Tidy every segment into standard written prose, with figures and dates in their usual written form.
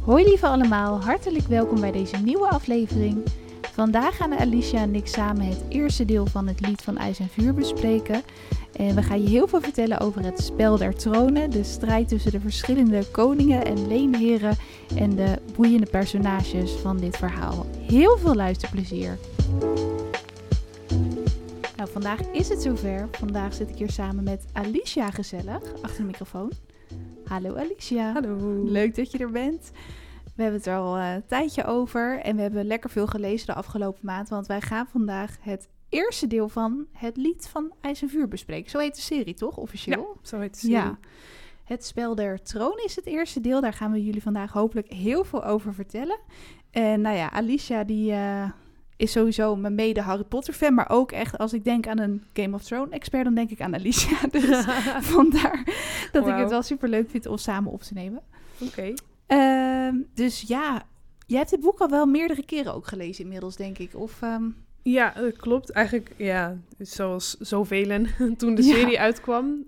Hoi lieve allemaal, hartelijk welkom bij deze nieuwe aflevering. Vandaag gaan Alicia en ik samen het eerste deel van het Lied van IJs en Vuur bespreken. En we gaan je heel veel vertellen over het Spel der Tronen, de strijd tussen de verschillende koningen en leenheren en de boeiende personages van dit verhaal. Heel veel luisterplezier! Nou, vandaag is het zover. Vandaag zit ik hier samen met Alicia gezellig, achter de microfoon. Hallo Alicia. Hallo. Leuk dat je er bent. We hebben het er al een tijdje over en we hebben lekker veel gelezen de afgelopen maand. Want wij gaan vandaag het eerste deel van het Lied van IJs en Vuur bespreken. Zo heet de serie toch, officieel? Ja, zo heet de serie. Ja. Het Spel der Tronen is het eerste deel. Daar gaan we jullie vandaag hopelijk heel veel over vertellen. En nou ja, Alicia die is sowieso mijn mede Harry Potter fan. Maar ook echt, als ik denk aan een Game of Thrones expert, dan denk ik aan Alicia. Dus vandaar dat ik het wel super leuk vind om samen op te nemen. Oké. Dus ja, jij hebt dit boek al wel meerdere keren ook gelezen inmiddels, denk ik. Of, Ja, dat klopt. Eigenlijk, ja, zoals zoveel toen de serie uitkwam,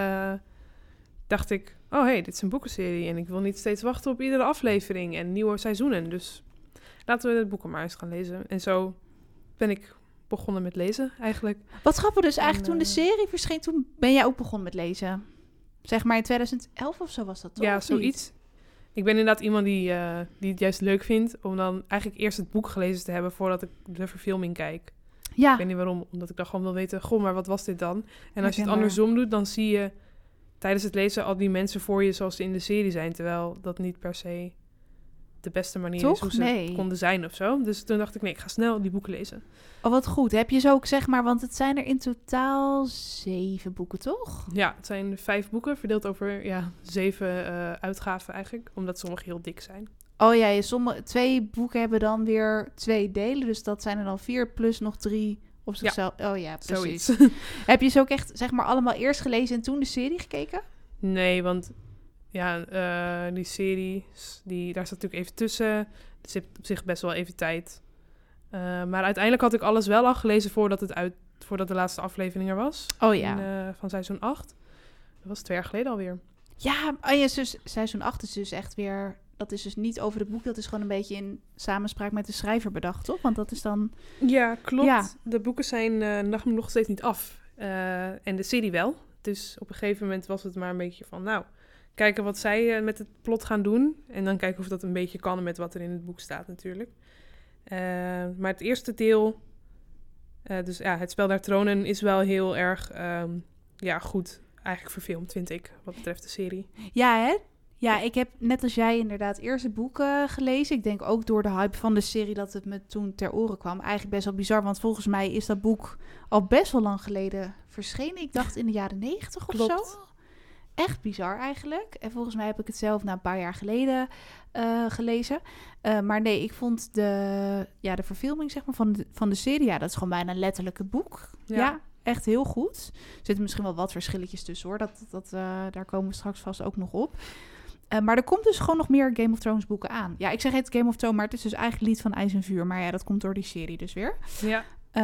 dacht ik, oh hey, dit is een boekenserie en ik wil niet steeds wachten op iedere aflevering en nieuwe seizoenen. Dus laten we het boeken maar eens gaan lezen. En zo ben ik begonnen met lezen eigenlijk. Wat grappig dus eigenlijk, toen de serie verscheen, toen ben jij ook begonnen met lezen. Zeg maar in 2011 of zo was dat toch? Ja, zoiets. Ik ben inderdaad iemand die het juist leuk vindt om dan eigenlijk eerst het boek gelezen te hebben voordat ik de verfilming kijk. Ja. Ik weet niet waarom, omdat ik dan gewoon wil weten, goh, maar wat was dit dan? En als je het andersom doet, dan zie je tijdens het lezen al die mensen voor je zoals ze in de serie zijn, terwijl dat niet per se de beste manier is hoe ze konden zijn of zo. Dus toen dacht ik, nee, ik ga snel die boeken lezen. Oh, wat goed. Heb je zo ook, zeg maar, want het zijn er in totaal 7 boeken, toch? Ja, het zijn 5 boeken, verdeeld over 7 uitgaven eigenlijk, omdat sommige heel dik zijn. Oh ja, 2 boeken hebben dan weer 2 delen, dus dat zijn er dan 4 plus nog 3 op zichzelf. Ja. Oh ja, precies. Zoiets. Heb je ze ook echt, zeg maar, allemaal eerst gelezen en toen de serie gekeken? Nee, want ja, die serie, daar zat natuurlijk even tussen. Er zit op zich best wel even tijd. Maar uiteindelijk had ik alles wel al gelezen voordat de laatste aflevering er was. Oh ja. Van seizoen 8. Dat was 2 jaar geleden alweer. Ja, dus seizoen 8 is dus echt weer... Dat is dus niet over het boek, dat is gewoon een beetje in samenspraak met de schrijver bedacht, toch? Want dat is dan... Ja, klopt. Ja. De boeken zijn nog steeds niet af. En de serie wel. Dus op een gegeven moment was het maar een beetje van... Nou, kijken wat zij met het plot gaan doen. En dan kijken of dat een beetje kan met wat er in het boek staat natuurlijk. Maar het eerste deel... dus ja, het Spel der Tronen is wel heel erg goed eigenlijk verfilmd, vind ik, wat betreft de serie. Ja, hè? Ja, ik heb net als jij inderdaad eerst het boek gelezen. Ik denk ook door de hype van de serie dat het me toen ter oren kwam. Eigenlijk best wel bizar, want volgens mij is dat boek al best wel lang geleden verschenen. Ik dacht in de jaren 90 of zo. Echt bizar eigenlijk. En volgens mij heb ik het zelf een paar jaar geleden gelezen. Maar nee, ik vond de verfilming zeg maar, van de serie... Ja, dat is gewoon bijna letterlijk het boek. Ja, echt heel goed. Er zitten misschien wel wat verschilletjes tussen, hoor. Daar komen we straks vast ook nog op. Maar er komt dus gewoon nog meer Game of Thrones boeken aan. Ja, ik zeg het Game of Thrones, maar het is dus eigenlijk Lied van IJs en Vuur. Maar ja, dat komt door die serie dus weer. Ja.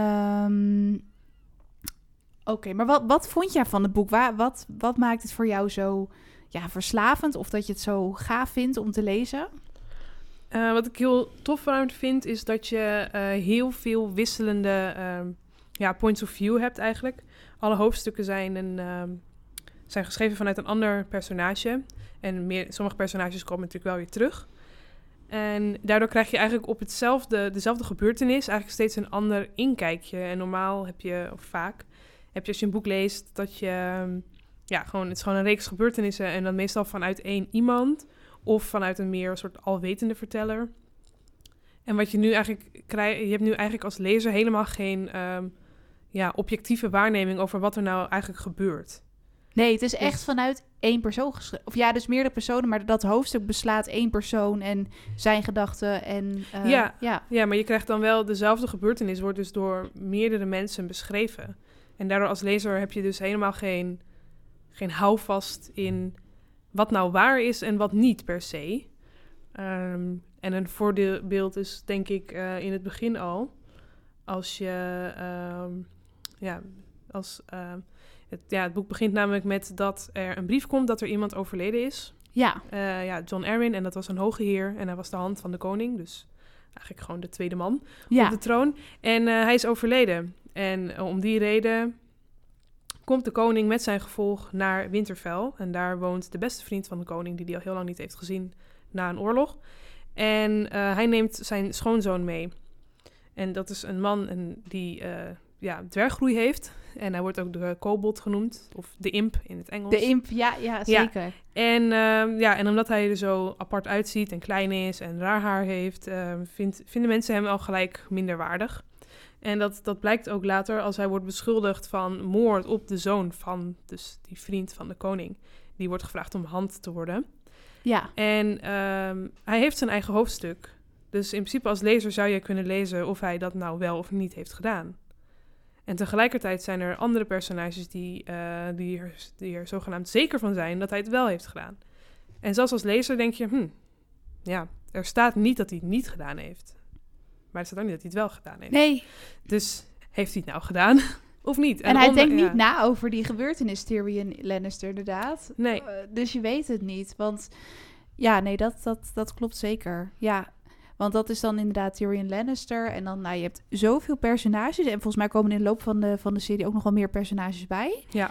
Oké, maar wat vond jij van het boek? Wat maakt het voor jou zo verslavend? Of dat je het zo gaaf vindt om te lezen? Wat ik heel tof aan vind, is dat je heel veel wisselende points of view hebt eigenlijk. Alle hoofdstukken zijn geschreven vanuit een ander personage. En sommige personages komen natuurlijk wel weer terug. En daardoor krijg je eigenlijk op dezelfde gebeurtenis eigenlijk steeds een ander inkijkje. En normaal heb je, of vaak, als je een boek leest, dat je... het is gewoon een reeks gebeurtenissen. En dan meestal vanuit één iemand. Of vanuit een meer soort alwetende verteller. En wat je nu eigenlijk krijgt... Je hebt nu eigenlijk als lezer helemaal geen objectieve waarneming over wat er nou eigenlijk gebeurt. Nee, het is echt vanuit één persoon geschreven. Of ja, dus meerdere personen, maar dat hoofdstuk beslaat één persoon en zijn gedachten. En, ja, maar je krijgt dan wel dezelfde gebeurtenis, wordt dus door meerdere mensen beschreven. En daardoor als lezer heb je dus helemaal geen houvast in wat nou waar is en wat niet per se. En een voorbeeld is denk ik in het begin al. Als je... het boek begint namelijk met dat er een brief komt dat er iemand overleden is. Ja. Jon Arryn, en dat was een hoge heer. En hij was de hand van de koning, dus eigenlijk gewoon de tweede man Ja. op de troon. En hij is overleden. En om die reden komt de koning met zijn gevolg naar Winterfell. En daar woont de beste vriend van de koning, die hij al heel lang niet heeft gezien na een oorlog. En hij neemt zijn schoonzoon mee. En dat is een man die dwerggroei heeft. En hij wordt ook de kobold genoemd, of de imp in het Engels. De imp, ja, zeker. En omdat hij er zo apart uitziet en klein is en raar haar heeft, vinden mensen hem al gelijk minder waardig. En dat blijkt ook later als hij wordt beschuldigd van moord op de zoon van dus die vriend van de koning. Die wordt gevraagd om hand te worden. Ja. En hij heeft zijn eigen hoofdstuk. Dus in principe als lezer zou je kunnen lezen of hij dat nou wel of niet heeft gedaan. En tegelijkertijd zijn er andere personages die er zogenaamd zeker van zijn dat hij het wel heeft gedaan. En zelfs als lezer denk je, er staat niet dat hij het niet gedaan heeft. Maar er staat ook niet dat hij het wel gedaan heeft. Nee. Dus heeft hij het nou gedaan of niet? En hij denkt niet na over die gebeurtenis, Tyrion Lannister, inderdaad. Nee. Dus je weet het niet. Want dat klopt zeker. Ja, want dat is dan inderdaad Tyrion Lannister. En dan, je hebt zoveel personages. En volgens mij komen in de loop van de serie ook nog wel meer personages bij. Ja.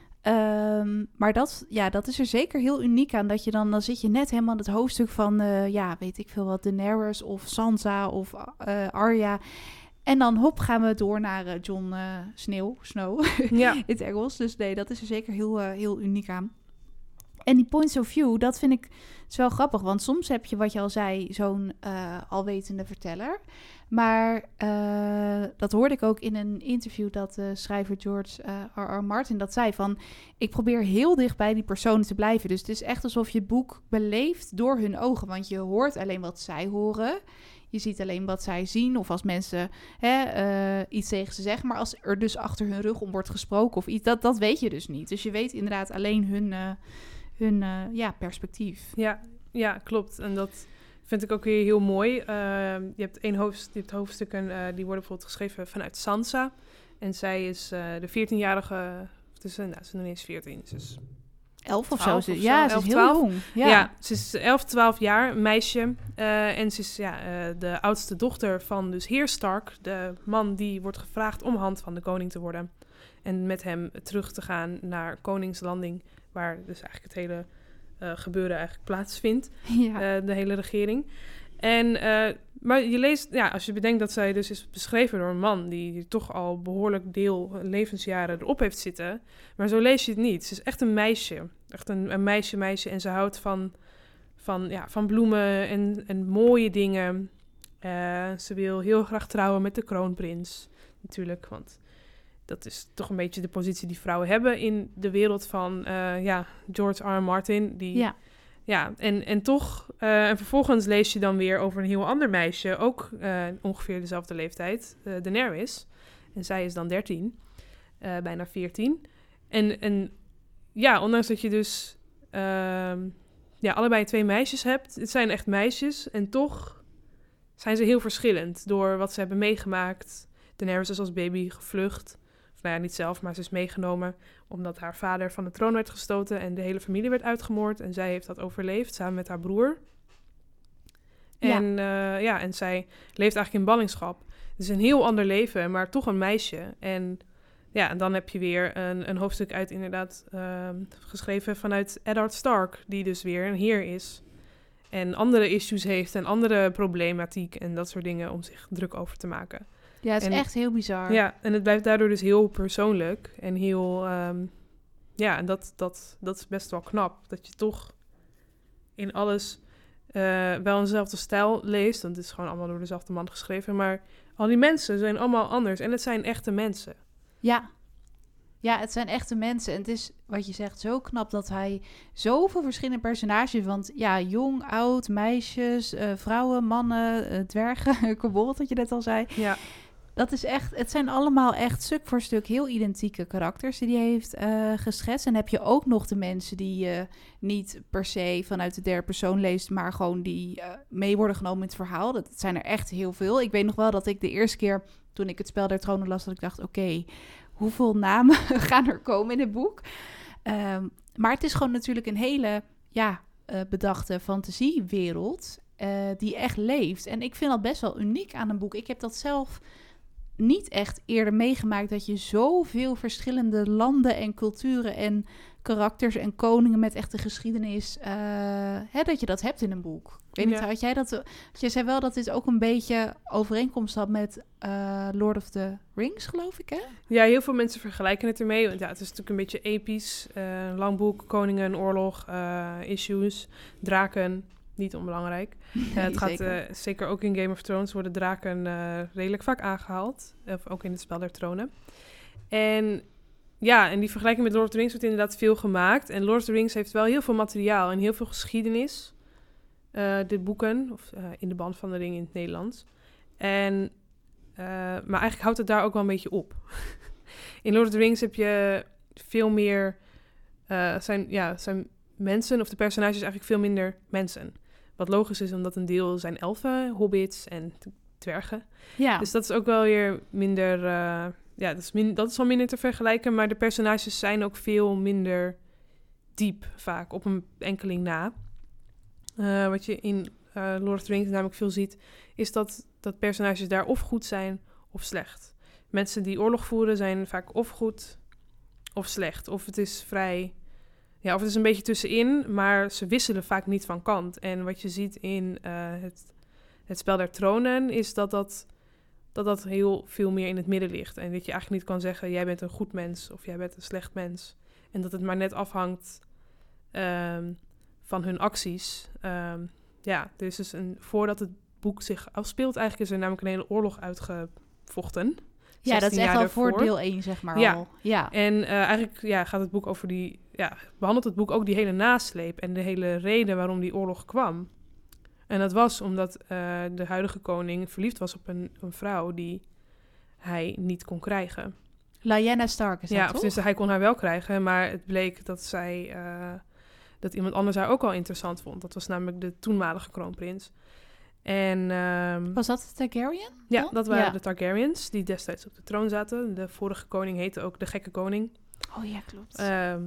Maar dat is er zeker heel uniek aan. Dat je dan zit je net helemaal in het hoofdstuk van, weet ik veel wat, Daenerys of Sansa of Arya. En dan gaan we door naar Jon Snow Ja. in het Engels. Dus nee, dat is er zeker heel uniek aan. En die points of view, dat vind ik is wel grappig. Want soms heb je, wat je al zei, zo'n alwetende verteller. Maar dat hoorde ik ook in een interview dat schrijver George R.R. Martin dat zei van, ik probeer heel dicht bij die personen te blijven. Dus het is echt alsof je het boek beleeft door hun ogen. Want je hoort alleen wat zij horen. Je ziet alleen wat zij zien of als mensen iets tegen ze zeggen. Maar als er dus achter hun rug om wordt gesproken of iets, dat weet je dus niet. Dus je weet inderdaad alleen hun perspectief. Ja, klopt. En dat vind ik ook weer heel mooi. Je hebt hoofdstukken die worden bijvoorbeeld geschreven vanuit Sansa. En zij is de 14-jarige, ze is nog eens 14, dus 11 of zo. Ze is 11, heel 12. jong. Ja, ze is 11, 12 jaar, een meisje. En ze is de oudste dochter van dus heer Stark, de man die wordt gevraagd om hand van de koning te worden. En met hem terug te gaan naar Koningslanding, waar dus eigenlijk het hele gebeuren eigenlijk plaatsvindt. Ja. De hele regering. Maar je leest, als je bedenkt dat zij dus is beschreven door een man die toch al behoorlijk deel levensjaren erop heeft zitten. Maar zo lees je het niet. Ze is echt een meisje. Echt een meisje. En ze houdt van bloemen en mooie dingen. Ze wil heel graag trouwen met de kroonprins. Natuurlijk, want dat is toch een beetje de positie die vrouwen hebben in de wereld van George R.R. Martin. En vervolgens lees je dan weer over een heel ander meisje, ook ongeveer dezelfde leeftijd, Daenerys. En zij is dan 13, bijna 14. En ondanks dat je dus allebei 2 meisjes hebt, het zijn echt meisjes, en toch zijn ze heel verschillend door wat ze hebben meegemaakt. Daenerys is als baby gevlucht. Niet zelf, maar ze is meegenomen omdat haar vader van de troon werd gestoten en de hele familie werd uitgemoord. En zij heeft dat overleefd samen met haar broer. En zij leeft eigenlijk in ballingschap. Het is een heel ander leven, maar toch een meisje. En dan heb je weer een hoofdstuk uit inderdaad geschreven vanuit Eddard Stark, die dus weer een heer is. En andere issues heeft en andere problematiek en dat soort dingen om zich druk over te maken. Ja, het is echt heel bizar. Ja, en het blijft daardoor dus heel persoonlijk en heel... en dat is best wel knap. Dat je toch in alles wel eenzelfde stijl leest. Want het is gewoon allemaal door dezelfde man geschreven. Maar al die mensen zijn allemaal anders. En het zijn echte mensen. Ja, het zijn echte mensen. En het is, wat je zegt, zo knap dat hij zoveel verschillende personages... Want jong, oud, meisjes, vrouwen, mannen, dwergen, kobold, wat je net al zei... Ja. Dat is echt, het zijn allemaal echt stuk voor stuk heel identieke karakters die hij heeft geschetst. En dan heb je ook nog de mensen die je niet per se vanuit de derde persoon leest, maar gewoon die mee worden genomen in het verhaal. Dat zijn er echt heel veel. Ik weet nog wel dat ik de eerste keer, toen ik het Spel der Tronen las, dat ik dacht, oké, hoeveel namen gaan er komen in het boek? Maar het is gewoon natuurlijk een hele, bedachte fantasiewereld die echt leeft. En ik vind dat best wel uniek aan een boek. Ik heb dat zelf niet echt eerder meegemaakt, dat je zoveel verschillende landen en culturen en karakters en koningen met echte geschiedenis, dat je dat hebt in een boek. Ik weet niet, had jij dat? Je zei wel dat dit ook een beetje overeenkomst had met Lord of the Rings, geloof ik, hè? Ja, heel veel mensen vergelijken het ermee. Want ja, het is natuurlijk een beetje episch. Lang boek, koningen, oorlog, issues, draken. Niet onbelangrijk. Het gaat zeker ook in Game of Thrones worden draken redelijk vaak aangehaald. Of ook in het Spel der Tronen. En ja, en die vergelijking met Lord of the Rings wordt inderdaad veel gemaakt. En Lord of the Rings heeft wel heel veel materiaal en heel veel geschiedenis. De boeken, of in de Band van de Ring in het Nederlands. Maar eigenlijk houdt het daar ook wel een beetje op. In Lord of the Rings heb je veel meer... zijn mensen, of de personages eigenlijk veel minder mensen. Wat logisch is, omdat een deel zijn elfen, hobbits en dwergen. Ja. Dus dat is ook wel weer minder... dat is wel minder te vergelijken. Maar de personages zijn ook veel minder diep vaak, op een enkeling na. Wat je in Lord of the Rings namelijk veel ziet, is dat personages daar of goed zijn of slecht. Mensen die oorlog voeren zijn vaak of goed of slecht. Of het is vrij... Ja, of het is een beetje tussenin, maar ze wisselen vaak niet van kant. En wat je ziet in het Spel der Tronen is dat heel veel meer in het midden ligt. En dat je eigenlijk niet kan zeggen, jij bent een goed mens of jij bent een slecht mens. En dat het maar net afhangt van hun acties. Dus voordat het boek zich afspeelt, eigenlijk is er namelijk een hele oorlog uitgevochten. Ja, dat is echt al voor deel 1, zeg maar. Ja. Al. Ja. En eigenlijk gaat het boek over behandelt het boek ook die hele nasleep en de hele reden waarom die oorlog kwam. En dat was omdat de huidige koning verliefd was op een vrouw die hij niet kon krijgen. Lyanna Stark is dat, toch? Ja, dus hij kon haar wel krijgen, maar het bleek dat dat iemand anders haar ook al interessant vond. Dat was namelijk de toenmalige kroonprins. En, was dat de Targaryen? Ja, dat waren de Targaryens die destijds op de troon zaten. De vorige koning heette ook de gekke koning. Oh ja, klopt.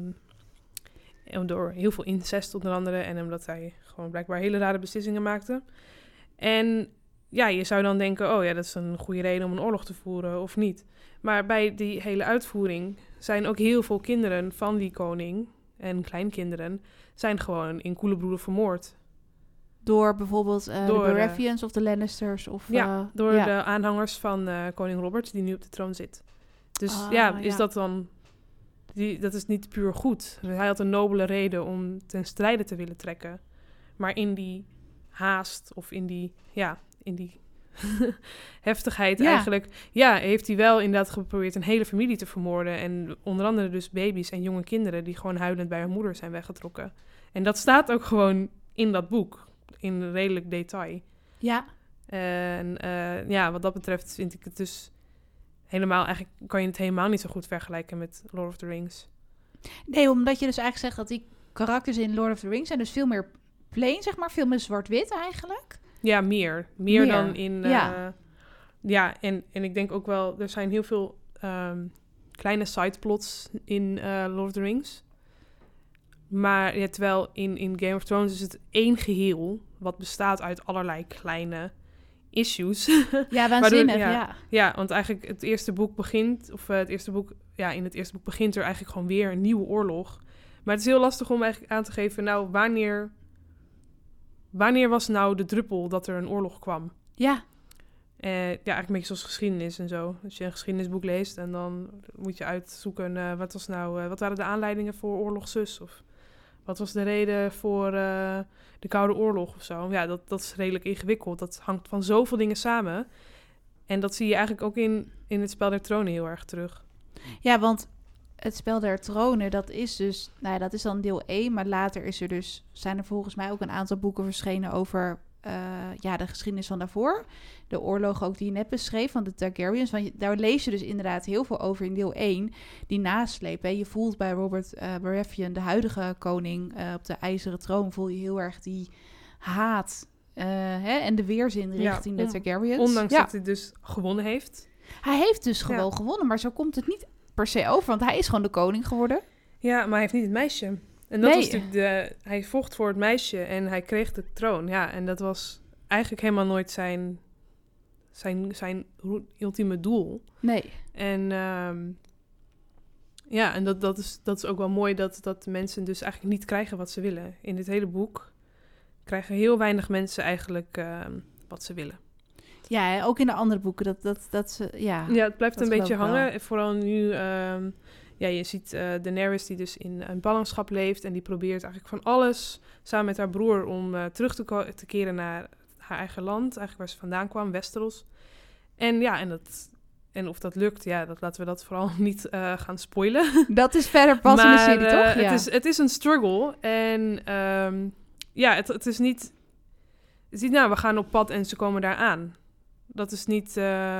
Door heel veel incest onder andere. En omdat hij gewoon blijkbaar hele rare beslissingen maakte. En ja, je zou dan denken, oh ja, dat is een goede reden om een oorlog te voeren of niet. Maar bij die hele uitvoering zijn ook heel veel kinderen van die koning en kleinkinderen zijn gewoon in koele bloeden vermoord. Door bijvoorbeeld de Baratheons of de Lannisters? Of, de aanhangers van koning Robert, die nu op de troon zit. Dus is dat dan... Dat is niet puur goed. Hij had een nobele reden om ten strijde te willen trekken. Maar in die haast of in die heftigheid eigenlijk... Ja, heeft hij wel inderdaad geprobeerd een hele familie te vermoorden. En onder andere dus baby's en jonge kinderen die gewoon huilend bij hun moeder zijn weggetrokken. En dat staat ook gewoon in dat boek. In redelijk detail. Ja. En wat dat betreft vind ik het dus eigenlijk kan je het helemaal niet zo goed vergelijken met Lord of the Rings. Nee, omdat je dus eigenlijk zegt dat die karakters in Lord of the Rings zijn dus veel meer plain, zeg maar, veel meer zwart-wit eigenlijk. Ja, meer dan in... En ik denk ook wel, er zijn heel veel kleine sideplots in Lord of the Rings. Maar terwijl in Game of Thrones is het één geheel wat bestaat uit allerlei kleine issues. Ja, waanzinnig, Ja, want eigenlijk in het eerste boek begint er eigenlijk gewoon weer een nieuwe oorlog. Maar het is heel lastig om eigenlijk aan te geven, nou, wanneer was nou de druppel dat er een oorlog kwam? Ja. Eigenlijk een beetje zoals geschiedenis en zo. Als je een geschiedenisboek leest en dan moet je uitzoeken, wat waren de aanleidingen voor oorlog zus? Of wat was de reden voor de Koude Oorlog of zo? Ja, dat is redelijk ingewikkeld. Dat hangt van zoveel dingen samen. En dat zie je eigenlijk ook in het Spel der Tronen heel erg terug. Ja, want het Spel der Tronen, dat is dus... dat is dan deel 1, maar later zijn er volgens mij ook een aantal boeken verschenen over... de geschiedenis van daarvoor. De oorlog ook die je net beschreef van de Targaryens. Want daar lees je dus inderdaad heel veel over in deel 1. Die nasleep. Hè. Je voelt bij Robert Baratheon, de huidige koning op de ijzeren troon, voel je heel erg die haat en de weerzin richting de Targaryens. Ondanks dat hij dus gewonnen heeft. Hij heeft dus gewonnen, maar zo komt het niet per se over. Want hij is gewoon de koning geworden. Ja, maar hij heeft niet het meisje. En dat was natuurlijk hij vocht voor het meisje en hij kreeg de troon. Ja, en dat was eigenlijk helemaal nooit zijn ultieme doel. Nee. En en dat is ook wel mooi dat mensen dus eigenlijk niet krijgen wat ze willen. In dit hele boek krijgen heel weinig mensen eigenlijk wat ze willen. Ja, ook in de andere boeken. Dat ze, ja, het blijft een beetje hangen. Wel. Vooral nu, je ziet Daenerys die dus in een ballingschap leeft en die probeert eigenlijk van alles samen met haar broer om terug te keren naar haar eigen land, eigenlijk waar ze vandaan kwam, Westeros. En of dat lukt, laten we dat vooral niet gaan spoilen. Dat is verder pas in de serie, toch? Ja. Het is een struggle. En het is niet... we gaan op pad en ze komen daar aan. Dat is niet...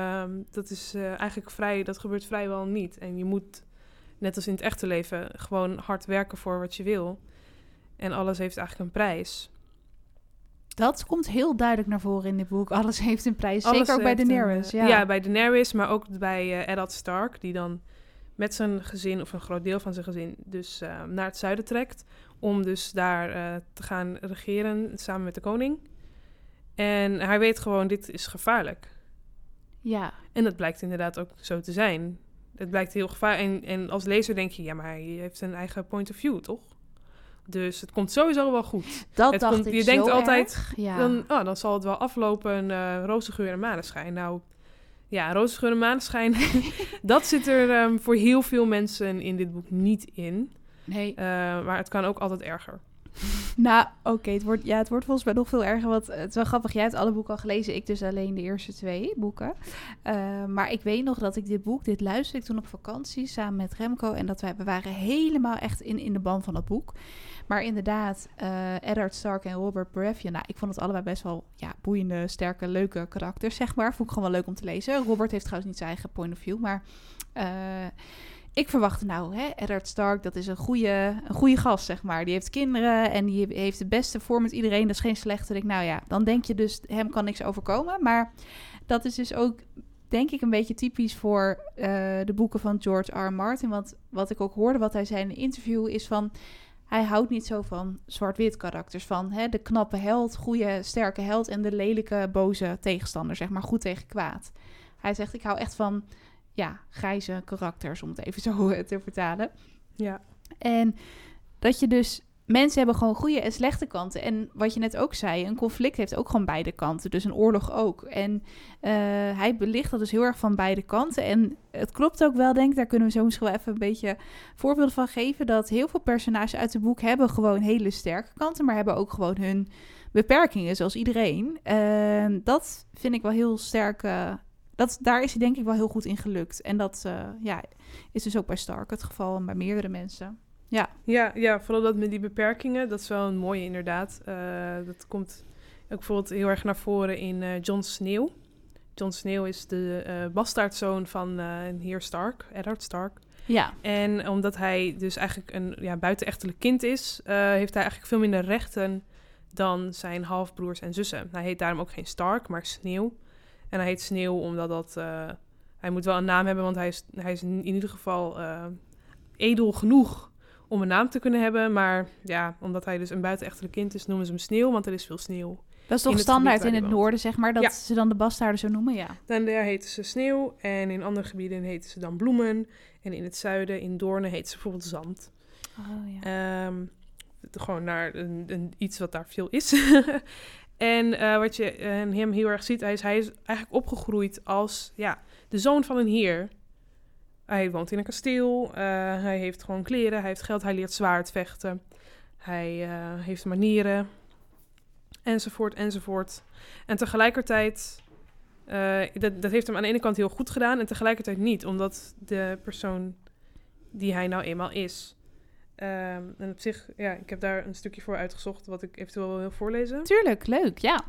eigenlijk dat gebeurt vrijwel niet. En je moet, net als in het echte leven, gewoon hard werken voor wat je wil. En alles heeft eigenlijk een prijs. Dat komt heel duidelijk naar voren in dit boek. Alles heeft een prijs. Zeker ook bij Daenerys. Ja, bij Daenerys, maar ook bij Eddard Stark, die dan met zijn gezin, of een groot deel van zijn gezin, dus naar het zuiden trekt. Om dus daar te gaan regeren samen met de koning. En hij weet gewoon, dit is gevaarlijk. Ja. En dat blijkt inderdaad ook zo te zijn. Het blijkt heel gevaarlijk. En als lezer denk je, ja, maar hij heeft een eigen point of view, toch? Dus het komt sowieso wel goed. Dat dacht ik. Je denkt altijd, erg. Ja. Dan zal het wel aflopen, roze geur en maneschijn. Nou, ja, roze geur en maneschijn, dat zit er voor heel veel mensen in dit boek niet in. Nee. Maar het kan ook altijd erger. Nou, oké, het wordt volgens mij nog veel erger. Want het is wel grappig, jij hebt alle boeken al gelezen. Ik dus alleen de eerste 2 boeken. Maar ik weet nog dat ik dit luisterde ik toen op vakantie samen met Remco. En dat we waren helemaal echt in de ban van het boek. Maar inderdaad, Eddard Stark en Robert Baratheon. Nou, ik vond het allebei best wel boeiende, sterke, leuke karakters, zeg maar. Vond ik gewoon wel leuk om te lezen. Robert heeft trouwens niet zijn eigen point of view, maar... ik verwachtte Eddard Stark, dat is een goede gast, zeg maar. Die heeft kinderen en die heeft de beste voor met iedereen. Dat is geen slechte. Dan denk je dus, hem kan niks overkomen. Maar dat is dus ook, denk ik, een beetje typisch voor de boeken van George R. Martin. Want wat ik ook hoorde, wat hij zei in een interview, is van... Hij houdt niet zo van zwart-wit karakters. Van de knappe held, goede, sterke held... en de lelijke, boze tegenstander, zeg maar. Goed tegen kwaad. Hij zegt, ik hou echt van... grijze karakters, om het even zo te vertalen. Ja. En dat je dus... Mensen hebben gewoon goede en slechte kanten. En wat je net ook zei, een conflict heeft ook gewoon beide kanten. Dus een oorlog ook. En hij belicht dat dus heel erg van beide kanten. En het klopt ook wel, denk ik. Daar kunnen we zo misschien wel even een beetje voorbeelden van geven. Dat heel veel personages uit het boek hebben gewoon hele sterke kanten. Maar hebben ook gewoon hun beperkingen, zoals iedereen. Dat vind ik wel heel sterk... Daar is hij denk ik wel heel goed in gelukt. En dat is dus ook bij Stark het geval en bij meerdere mensen. Ja, vooral dat met die beperkingen, dat is wel een mooie inderdaad. Dat komt ook bijvoorbeeld heel erg naar voren in Jon Snow. Jon Snow is de bastaardzoon van heer Stark, Eddard Stark. Ja. En omdat hij dus eigenlijk een buitenechtelijk kind is, heeft hij eigenlijk veel minder rechten dan zijn halfbroers en zussen. Hij heet daarom ook geen Stark, maar Sneeuw. En hij heet Sneeuw omdat hij moet wel een naam hebben, want hij is in ieder geval edel genoeg om een naam te kunnen hebben. Maar ja, omdat hij dus een buitenechtelijk kind is, noemen ze hem Sneeuw, want er is veel sneeuw. Dat is toch standaard in het noorden, zeg maar, dat ze dan de bastaarden zo noemen, ja. Dan daar heten ze Sneeuw en in andere gebieden heten ze dan Bloemen. En in het zuiden, in Doornen, heet ze bijvoorbeeld Zand. Oh ja. Gewoon naar iets wat daar veel is. En wat je hem heel erg ziet, hij is eigenlijk opgegroeid als de zoon van een heer. Hij woont in een kasteel, hij heeft gewoon kleren, hij heeft geld, hij leert zwaardvechten. Hij heeft manieren, enzovoort, enzovoort. En tegelijkertijd, dat heeft hem aan de ene kant heel goed gedaan en tegelijkertijd niet, omdat de persoon die hij nou eenmaal is... en op zich, ik heb daar een stukje voor uitgezocht wat ik eventueel wil voorlezen. Tuurlijk, leuk, ja.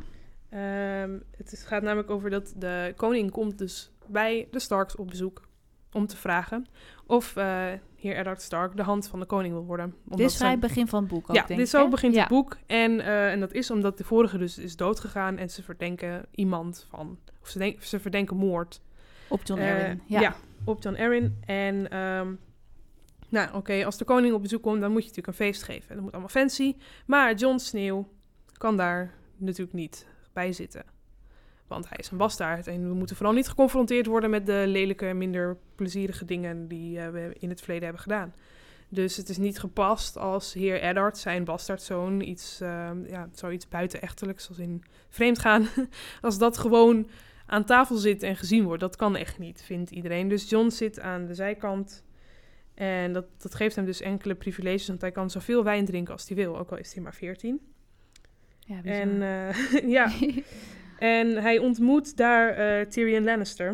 Het gaat namelijk over dat de koning komt dus bij de Starks op bezoek om te vragen of heer Eddard Stark de hand van de koning wil worden. Dit is vrij het begin van het boek ook, denk ik. Ja, zo begint het boek. En dat is omdat de vorige dus is doodgegaan en ze verdenken iemand van... Of ze verdenken moord. Op Jon Arryn, Ja, op Jon Arryn. En Nou, oké, als de koning op bezoek komt, dan moet je natuurlijk een feest geven. Dat moet allemaal fancy. Maar Jon Sneeuw kan daar natuurlijk niet bij zitten. Want hij is een bastaard en we moeten vooral niet geconfronteerd worden met de lelijke, minder plezierige dingen die we in het verleden hebben gedaan. Dus het is niet gepast als heer Eddard, zijn bastaardzoon, zoiets buitenechtelijks, als in vreemd gaan, als dat gewoon aan tafel zit en gezien wordt. Dat kan echt niet, vindt iedereen. Dus Jon zit aan de zijkant en dat geeft hem dus enkele privileges, want hij kan zoveel wijn drinken als hij wil, ook al is hij maar 14. Ja, en ja... En hij ontmoet daar Tyrion Lannister.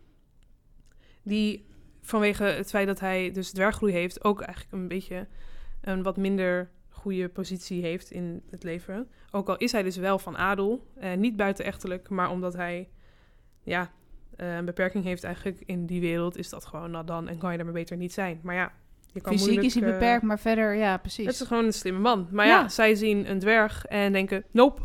Die vanwege het feit dat hij dus dwerggroei heeft... ook eigenlijk een beetje een wat minder goede positie heeft in het leven. Ook al is hij dus wel van adel. Niet buitenechtelijk, maar omdat hij een beperking heeft eigenlijk in die wereld... is dat gewoon dan en kan je er maar beter niet zijn. Maar ja, je kan fysiek moeilijk... is hij beperkt, maar verder, ja, precies. Het is gewoon een slimme man. Maar ja, zij zien een dwerg en denken, nope...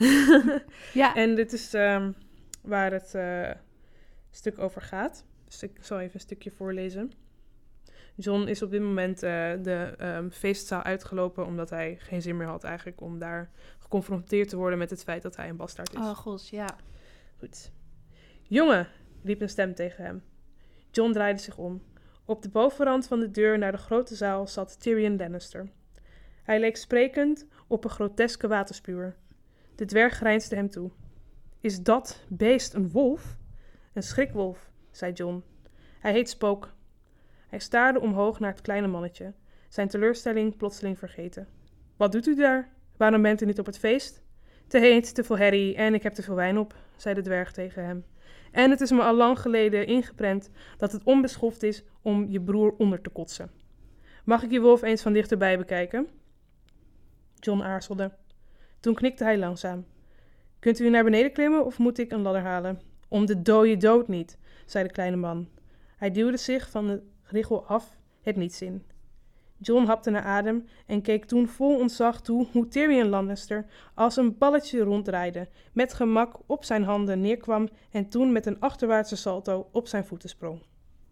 Ja. En dit is waar het stuk over gaat. Dus ik zal even een stukje voorlezen. Jon is op dit moment de feestzaal uitgelopen... omdat hij geen zin meer had eigenlijk... om daar geconfronteerd te worden met het feit dat hij een bastaard is. Oh, god, ja. Goed. Jongen, riep een stem tegen hem. Jon draaide zich om. Op de bovenrand van de deur naar de grote zaal zat Tyrion Lannister. Hij leek sprekend op een groteske waterspuwer. De dwerg grijnsde hem toe. Is dat beest een wolf? Een schrikwolf, zei Jon. Hij heet Spook. Hij staarde omhoog naar het kleine mannetje, zijn teleurstelling plotseling vergeten. Wat doet u daar? Waarom bent u niet op het feest? Te heet, te veel herrie en ik heb te veel wijn op, zei de dwerg tegen hem. En het is me al lang geleden ingeprent dat het onbeschoft is om je broer onder te kotsen. Mag ik je wolf eens van dichterbij bekijken? Jon aarzelde. Toen knikte hij langzaam. Kunt u naar beneden klimmen of moet ik een ladder halen? Om de dode dood niet, zei de kleine man. Hij duwde zich van de richel af, het niets in. Jon hapte naar adem en keek toen vol ontzag toe hoe Tyrion Lannister als een balletje ronddraaide, met gemak op zijn handen neerkwam en toen met een achterwaartse salto op zijn voeten sprong.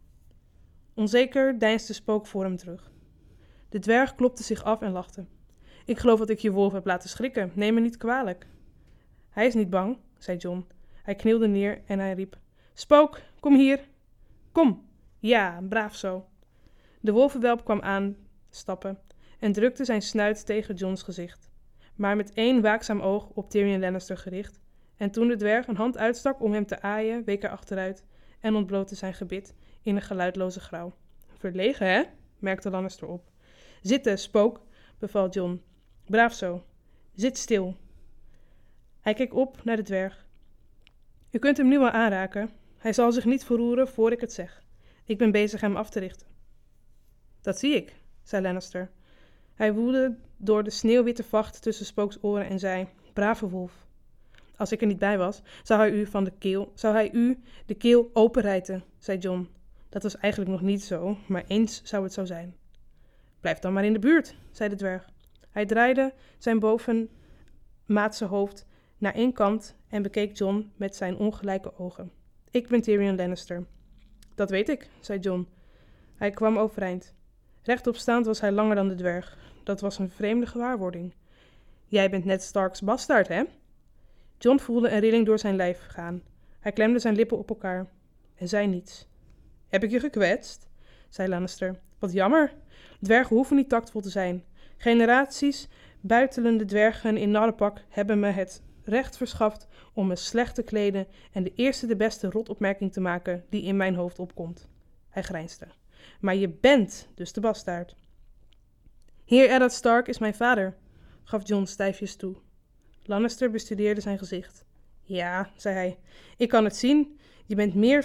Onzeker deinsde Spook voor hem terug. De dwerg klopte zich af en lachte. Ik geloof dat ik je wolf heb laten schrikken, neem me niet kwalijk. Hij is niet bang, zei Jon. Hij knielde neer en hij riep, Spook, kom hier. Kom. Ja, braaf zo. De wolvenwelp kwam aanstappen en drukte zijn snuit tegen Jons gezicht, maar met 1 waakzaam oog op Tyrion Lannister gericht. En toen de dwerg een hand uitstak om hem te aaien, week hij achteruit en ontblootte zijn gebit in een geluidloze grauw. Verlegen, hè? Merkte Lannister op. Zitten, Spook, beval Jon. Braaf zo. Zit stil. Hij keek op naar de dwerg. U kunt hem nu wel aanraken. Hij zal zich niet verroeren voor ik het zeg. Ik ben bezig hem af te richten. Dat zie ik, zei Lannister. Hij woelde door de sneeuwwitte vacht tussen Spooks oren en zei, brave wolf. Als ik er niet bij was, zou hij u de keel openrijten, zei Jon. Dat was eigenlijk nog niet zo, maar eens zou het zo zijn. Blijf dan maar in de buurt, zei de dwerg. Hij draaide zijn bovenmaatse hoofd naar 1 kant en bekeek Jon met zijn ongelijke ogen. Ik ben Tyrion Lannister. Dat weet ik, zei Jon. Hij kwam overeind. Rechtop staand was hij langer dan de dwerg. Dat was een vreemde gewaarwording. Jij bent Ned Starks bastaard, hè? Jon voelde een rilling door zijn lijf gaan. Hij klemde zijn lippen op elkaar en zei niets. Heb ik je gekwetst? Zei Lannister. Wat jammer. Dwergen hoeven niet tactvol te zijn. Generaties buitelende dwergen in narrenpak hebben me het recht verschaft om me slecht te kleden en de eerste de beste rotopmerking te maken die in mijn hoofd opkomt. Hij grijnsde. Maar je bent dus de bastaard. Heer Eddard Stark is mijn vader, gaf Jon stijfjes toe. Lannister bestudeerde zijn gezicht. Ja, zei hij, ik kan het zien. Je bent meer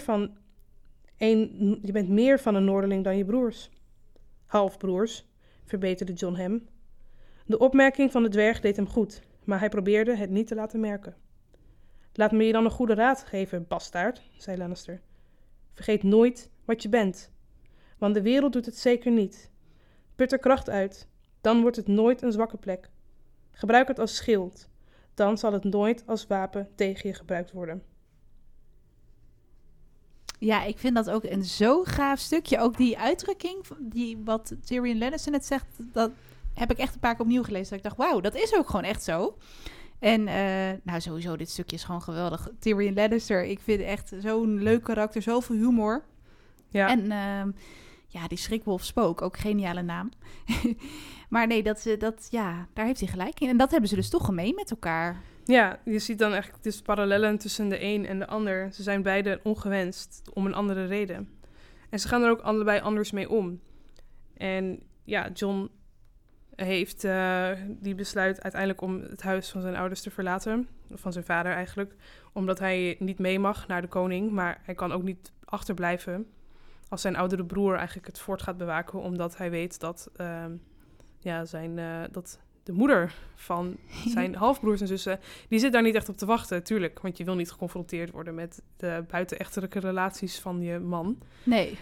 van een Noorderling dan je broers. Halfbroers, verbeterde Jon hem. De opmerking van de dwerg deed hem goed, maar hij probeerde het niet te laten merken. Laat me je dan een goede raad geven, bastaard, zei Lannister. Vergeet nooit wat je bent, want de wereld doet het zeker niet. Put er kracht uit, dan wordt het nooit een zwakke plek. Gebruik het als schild, dan zal het nooit als wapen tegen je gebruikt worden. Ja, ik vind dat ook een zo gaaf stukje. Ook die uitdrukking, wat Tyrion Lannister net zegt, dat heb ik echt een paar keer opnieuw gelezen. Dat ik dacht, wauw, dat is ook gewoon echt zo. En sowieso, dit stukje is gewoon geweldig. Tyrion Lannister, ik vind echt zo'n leuk karakter, zoveel humor. Ja. En die Schrikwolf Spook, ook geniale naam. Maar nee, daar heeft hij gelijk in. En dat hebben ze dus toch gemeen met elkaar. Ja, je ziet dan eigenlijk dus parallellen tussen de een en de ander. Ze zijn beide ongewenst om een andere reden. En ze gaan er ook allebei anders mee om. En ja, Jon heeft die besluit uiteindelijk om het huis van zijn ouders te verlaten. Of van zijn vader eigenlijk. Omdat hij niet mee mag naar de koning. Maar hij kan ook niet achterblijven als zijn oudere broer eigenlijk het fort gaat bewaken. Omdat hij weet dat, dat de moeder van zijn halfbroers en zussen, die zit daar niet echt op te wachten, tuurlijk. Want je wil niet geconfronteerd worden met de buitenechtelijke relaties van je man. Nee.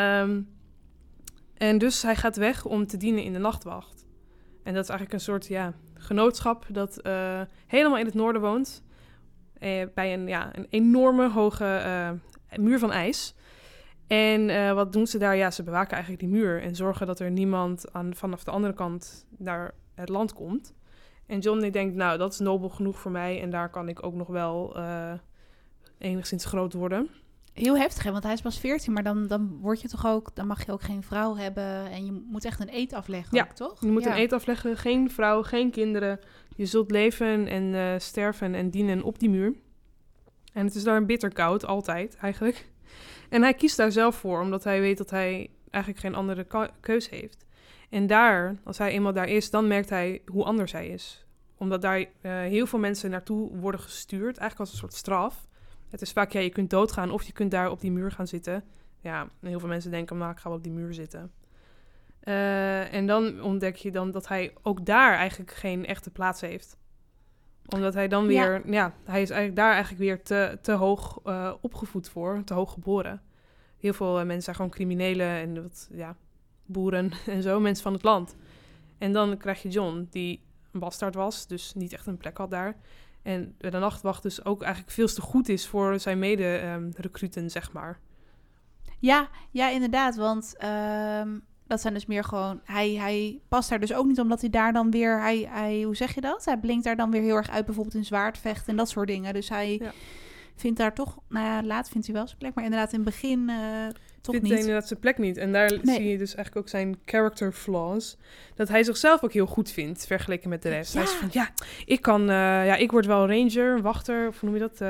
En dus hij gaat weg om te dienen in de nachtwacht. En dat is eigenlijk een soort genootschap dat helemaal in het noorden woont. Bij een enorme hoge muur van ijs. En wat doen ze daar? Ja, ze bewaken eigenlijk die muur en zorgen dat er niemand vanaf de andere kant naar het land komt. En Jon die denkt, nou, dat is nobel genoeg voor mij en daar kan ik ook nog wel enigszins groot worden. Heel heftig, hè? Want hij is pas 14, maar dan word je toch ook, dan mag je ook geen vrouw hebben en je moet echt een eed afleggen, ook, toch? Je moet een eed afleggen, geen vrouw, geen kinderen. Je zult leven en sterven en dienen op die muur. En het is daar bitterkoud, altijd eigenlijk. En hij kiest daar zelf voor, omdat hij weet dat hij eigenlijk geen andere keus heeft. En daar, als hij eenmaal daar is, dan merkt hij hoe anders hij is. Omdat daar heel veel mensen naartoe worden gestuurd, eigenlijk als een soort straf. Het is vaak, je kunt doodgaan of je kunt daar op die muur gaan zitten. Ja, heel veel mensen denken, nou, ik ga wel op die muur zitten. En dan ontdek je dan dat hij ook daar eigenlijk geen echte plaats heeft. Omdat hij dan weer, hij is eigenlijk daar eigenlijk weer te hoog opgevoed voor, te hoog geboren. Heel veel mensen zijn gewoon criminelen en boeren en zo, mensen van het land. En dan krijg je Jon, die een bastaard was, dus niet echt een plek had daar. En de nachtwacht dus ook eigenlijk veel te goed is voor zijn mede-recruten, zeg maar. Ja, inderdaad, want dat zijn dus meer gewoon... Hij past daar dus ook niet, omdat hij daar dan weer... hoe zeg je dat? Hij blinkt daar dan weer heel erg uit, bijvoorbeeld in zwaardvechten en dat soort dingen. Dus hij vindt daar toch... Nou ja, laat vindt hij wel zijn plek, maar inderdaad in het begin toch vindt niet. hij inderdaad zijn plek niet. En daar zie je dus eigenlijk ook zijn character flaws. Dat hij zichzelf ook heel goed vindt, vergeleken met de rest. Ja. Hij is van, ik word wel ranger, wachter, of hoe noem je dat?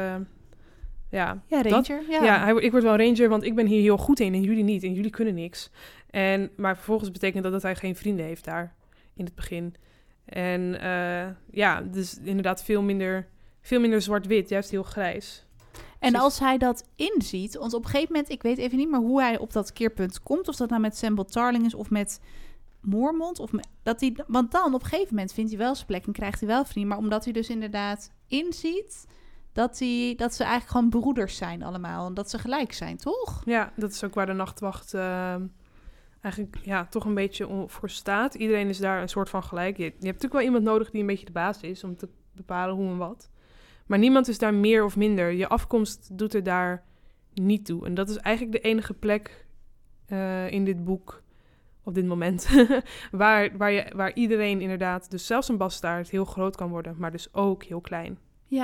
Ranger. Ik word wel ranger, want ik ben hier heel goed in en jullie niet. En jullie kunnen niks. Maar vervolgens betekent dat hij geen vrienden heeft daar in het begin. En dus inderdaad veel minder zwart-wit, juist heel grijs. En als hij dat inziet, want op een gegeven moment, ik weet even niet meer hoe hij op dat keerpunt komt, of dat nou met Samwell Tarling is of met Mormont, want dan op een gegeven moment vindt hij wel zijn plek en krijgt hij wel vrienden, maar omdat hij dus inderdaad inziet dat ze eigenlijk gewoon broeders zijn allemaal en dat ze gelijk zijn, toch? Ja, dat is ook waar de nachtwacht eigenlijk toch een beetje voor staat. Iedereen is daar een soort van gelijk. Je hebt natuurlijk wel iemand nodig die een beetje de baas is om te bepalen hoe en wat. Maar niemand is daar meer of minder. Je afkomst doet er daar niet toe. En dat is eigenlijk de enige plek in dit boek, op dit moment, waar iedereen inderdaad, dus zelfs een bastaard, heel groot kan worden, maar dus ook heel klein.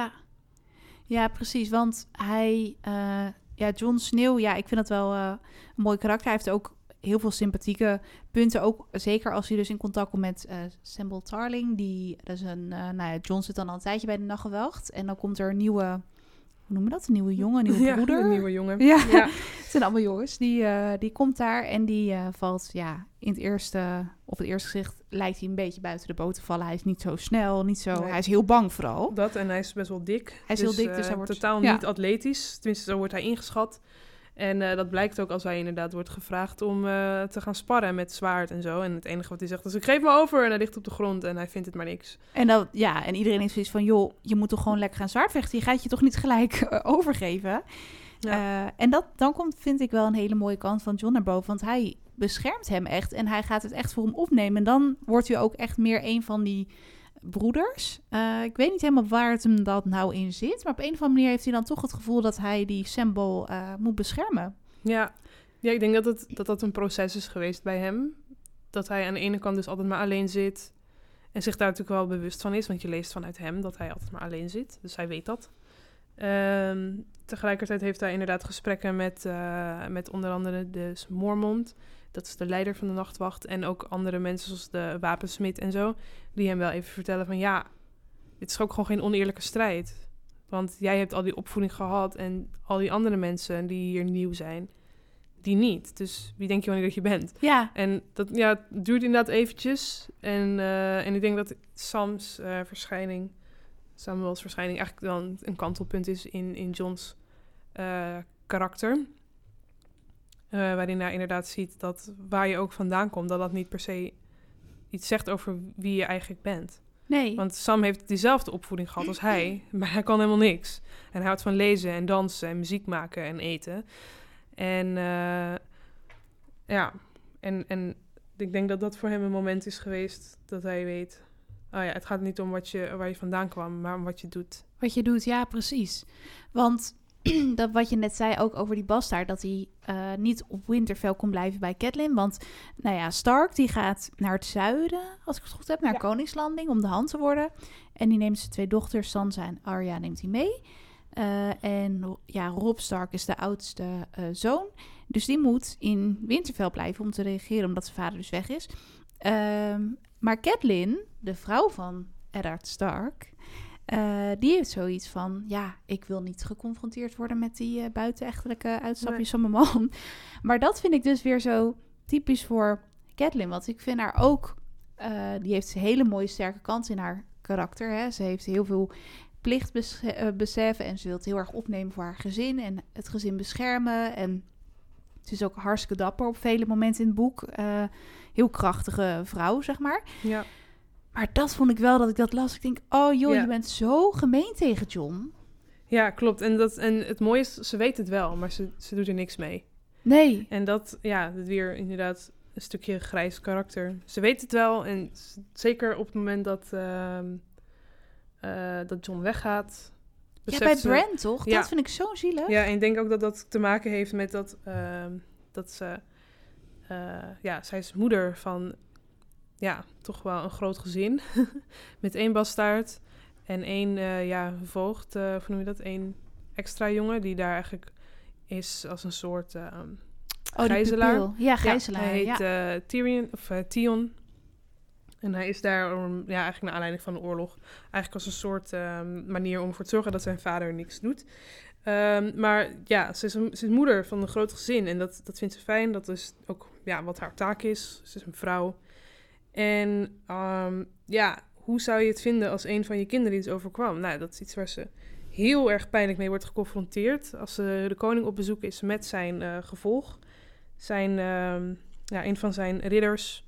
Ja, precies. Want Jon Snow, ik vind dat wel een mooi karakter. Hij heeft ook heel veel sympathieke punten. Ook zeker als hij dus in contact komt met Samwell Tarling. Jon zit dan al een tijdje bij de nachtwacht. En dan komt er een nieuwe, hoe noem je dat? Een nieuwe jongen, een nieuwe broeder. Een nieuwe jongen. Ja, het zijn allemaal jongens. Die komt daar en die valt in het eerste gezicht lijkt hij een beetje buiten de boot te vallen. Hij is niet zo snel, hij is heel bang vooral. Dat en hij is best wel dik. Hij is heel dik, dus hij wordt totaal niet atletisch. Tenminste, zo wordt hij ingeschat. En dat blijkt ook als hij inderdaad wordt gevraagd om te gaan sparren met zwaard en zo. En het enige wat hij zegt is, ik geef me over. En hij ligt op de grond en hij vindt het maar niks. En iedereen heeft zoiets van, joh, je moet toch gewoon lekker gaan zwaardvechten. Je gaat je toch niet gelijk overgeven. Ja. En dan komt, vind ik wel, een hele mooie kant van Jon naar boven. Want hij beschermt hem echt en hij gaat het echt voor hem opnemen. En dan wordt hij ook echt meer een van die broeders. Ik weet niet helemaal waar het hem dat nou in zit. Maar op een of andere manier heeft hij dan toch het gevoel dat hij die Samwell moet beschermen. Ja, ik denk dat een proces is geweest bij hem. Dat hij aan de ene kant dus altijd maar alleen zit. En zich daar natuurlijk wel bewust van is. Want je leest vanuit hem dat hij altijd maar alleen zit. Dus hij weet dat. Tegelijkertijd heeft hij inderdaad gesprekken met onder andere de Mormont. Dat is de leider van de nachtwacht. En ook andere mensen zoals de wapensmid en zo. Die hem wel even vertellen van ja, dit is ook gewoon geen oneerlijke strijd. Want jij hebt al die opvoeding gehad. En al die andere mensen die hier nieuw zijn, die niet. Dus wie denk je wanneer dat je bent? Ja. En dat het duurt inderdaad eventjes. En ik denk dat Samuels verschijning eigenlijk dan een kantelpunt is in John's karakter. Waarin hij inderdaad ziet dat waar je ook vandaan komt, dat niet per se iets zegt over wie je eigenlijk bent. Nee. Want Sam heeft diezelfde opvoeding gehad als hij, maar hij kan helemaal niks. En hij houdt van lezen en dansen en muziek maken en eten. En en ik denk dat dat voor hem een moment is geweest dat hij weet, oh ja, het gaat niet om waar je vandaan kwam, maar om wat je doet. Wat je doet, ja, precies. Want dat wat je net zei ook over die bastaard, dat hij niet op Winterfell kon blijven bij Catelyn. Want, nou ja, Stark die gaat naar het zuiden, als ik het goed heb, naar Koningslanding om de hand te worden. En die neemt zijn 2 dochters, Sansa en Arya, neemt hij mee. En ja, Robb Stark is de oudste zoon. Dus die moet in Winterfell blijven om te reageren, omdat zijn vader dus weg is. Maar Catelyn, de vrouw van Eddard Stark, die heeft zoiets van, ja, ik wil niet geconfronteerd worden met die buitenechtelijke uitstapjes van mijn man. Maar dat vind ik dus weer zo typisch voor Catelyn. Want ik vind haar ook, die heeft hele mooie sterke kanten in haar karakter. Hè? Ze heeft heel veel plichtbesef en ze wil het heel erg opnemen voor haar gezin en het gezin beschermen. En ze is ook hartstikke dapper op vele momenten in het boek. Heel krachtige vrouw, zeg maar. Ja. Maar dat vond ik wel, dat ik dat las. Ik denk, oh joh, je bent zo gemeen tegen Jon. Ja, klopt. En het mooie is, ze weet het wel, maar ze doet er niks mee. Nee. En dat weer inderdaad een stukje grijs karakter. Ze weet het wel en zeker op het moment dat Jon weggaat. Ja, bij Bran toch? Ja. Dat vind ik zo zielig. Ja, en ik denk ook dat dat te maken heeft met dat ze... zij is moeder van... Ja, toch wel een groot gezin. Met 1 bastaard en 1 voogd. Hoe noem je dat? 1 extra jongen die daar eigenlijk is als een soort gijzelaar. Ja, gijzelaar. Hij heet Tion. En hij is daar eigenlijk naar aanleiding van de oorlog. Eigenlijk als een soort manier om ervoor te zorgen dat zijn vader niks doet. Maar ja, ze is moeder van een groot gezin. En dat vindt ze fijn. Dat is ook wat haar taak is. Ze is een vrouw. En hoe zou je het vinden als een van je kinderen iets overkwam? Nou, dat is iets waar ze heel erg pijnlijk mee wordt geconfronteerd. Als de koning op bezoek is met zijn gevolg. Een van zijn ridders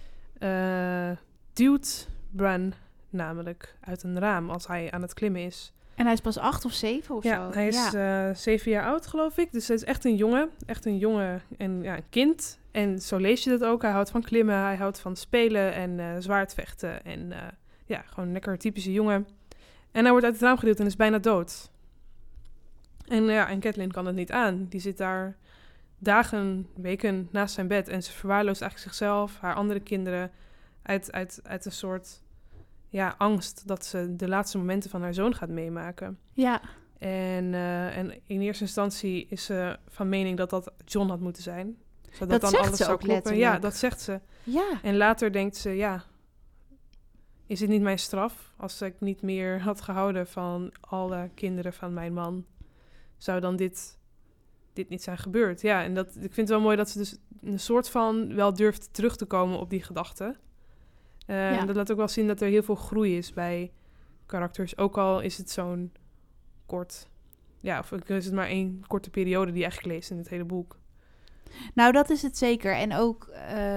duwt Bran namelijk uit een raam als hij aan het klimmen is. En hij is pas 8 of 7 of zo. Ja, hij is 7 jaar oud, geloof ik. Dus hij is echt een jongen. Echt een jongen en een kind. En zo lees je dat ook. Hij houdt van klimmen, hij houdt van spelen en zwaardvechten. En gewoon een lekker typische jongen. En hij wordt uit het raam geduwd en is bijna dood. En Catelyn kan het niet aan. Die zit daar dagen, weken naast zijn bed. En ze verwaarloost eigenlijk zichzelf, haar andere kinderen, uit een soort angst dat ze de laatste momenten van haar zoon gaat meemaken. Ja. En in eerste instantie is ze van mening dat Jon had moeten zijn. Zodat dat dan zegt alles ze zou ook kloppen. letterlijk. Ja, dat zegt ze. Ja. En later denkt ze, is dit niet mijn straf? Als ik niet meer had gehouden van alle kinderen van mijn man, zou dan dit niet zijn gebeurd? Ja, en ik vind het wel mooi dat ze dus een soort van wel durft terug te komen op die gedachte. En dat laat ook wel zien dat er heel veel groei is bij karakters. Ook al is het zo'n kort... Ja, of is het maar 1 korte periode die je eigenlijk leest in het hele boek. Nou, dat is het zeker. En ook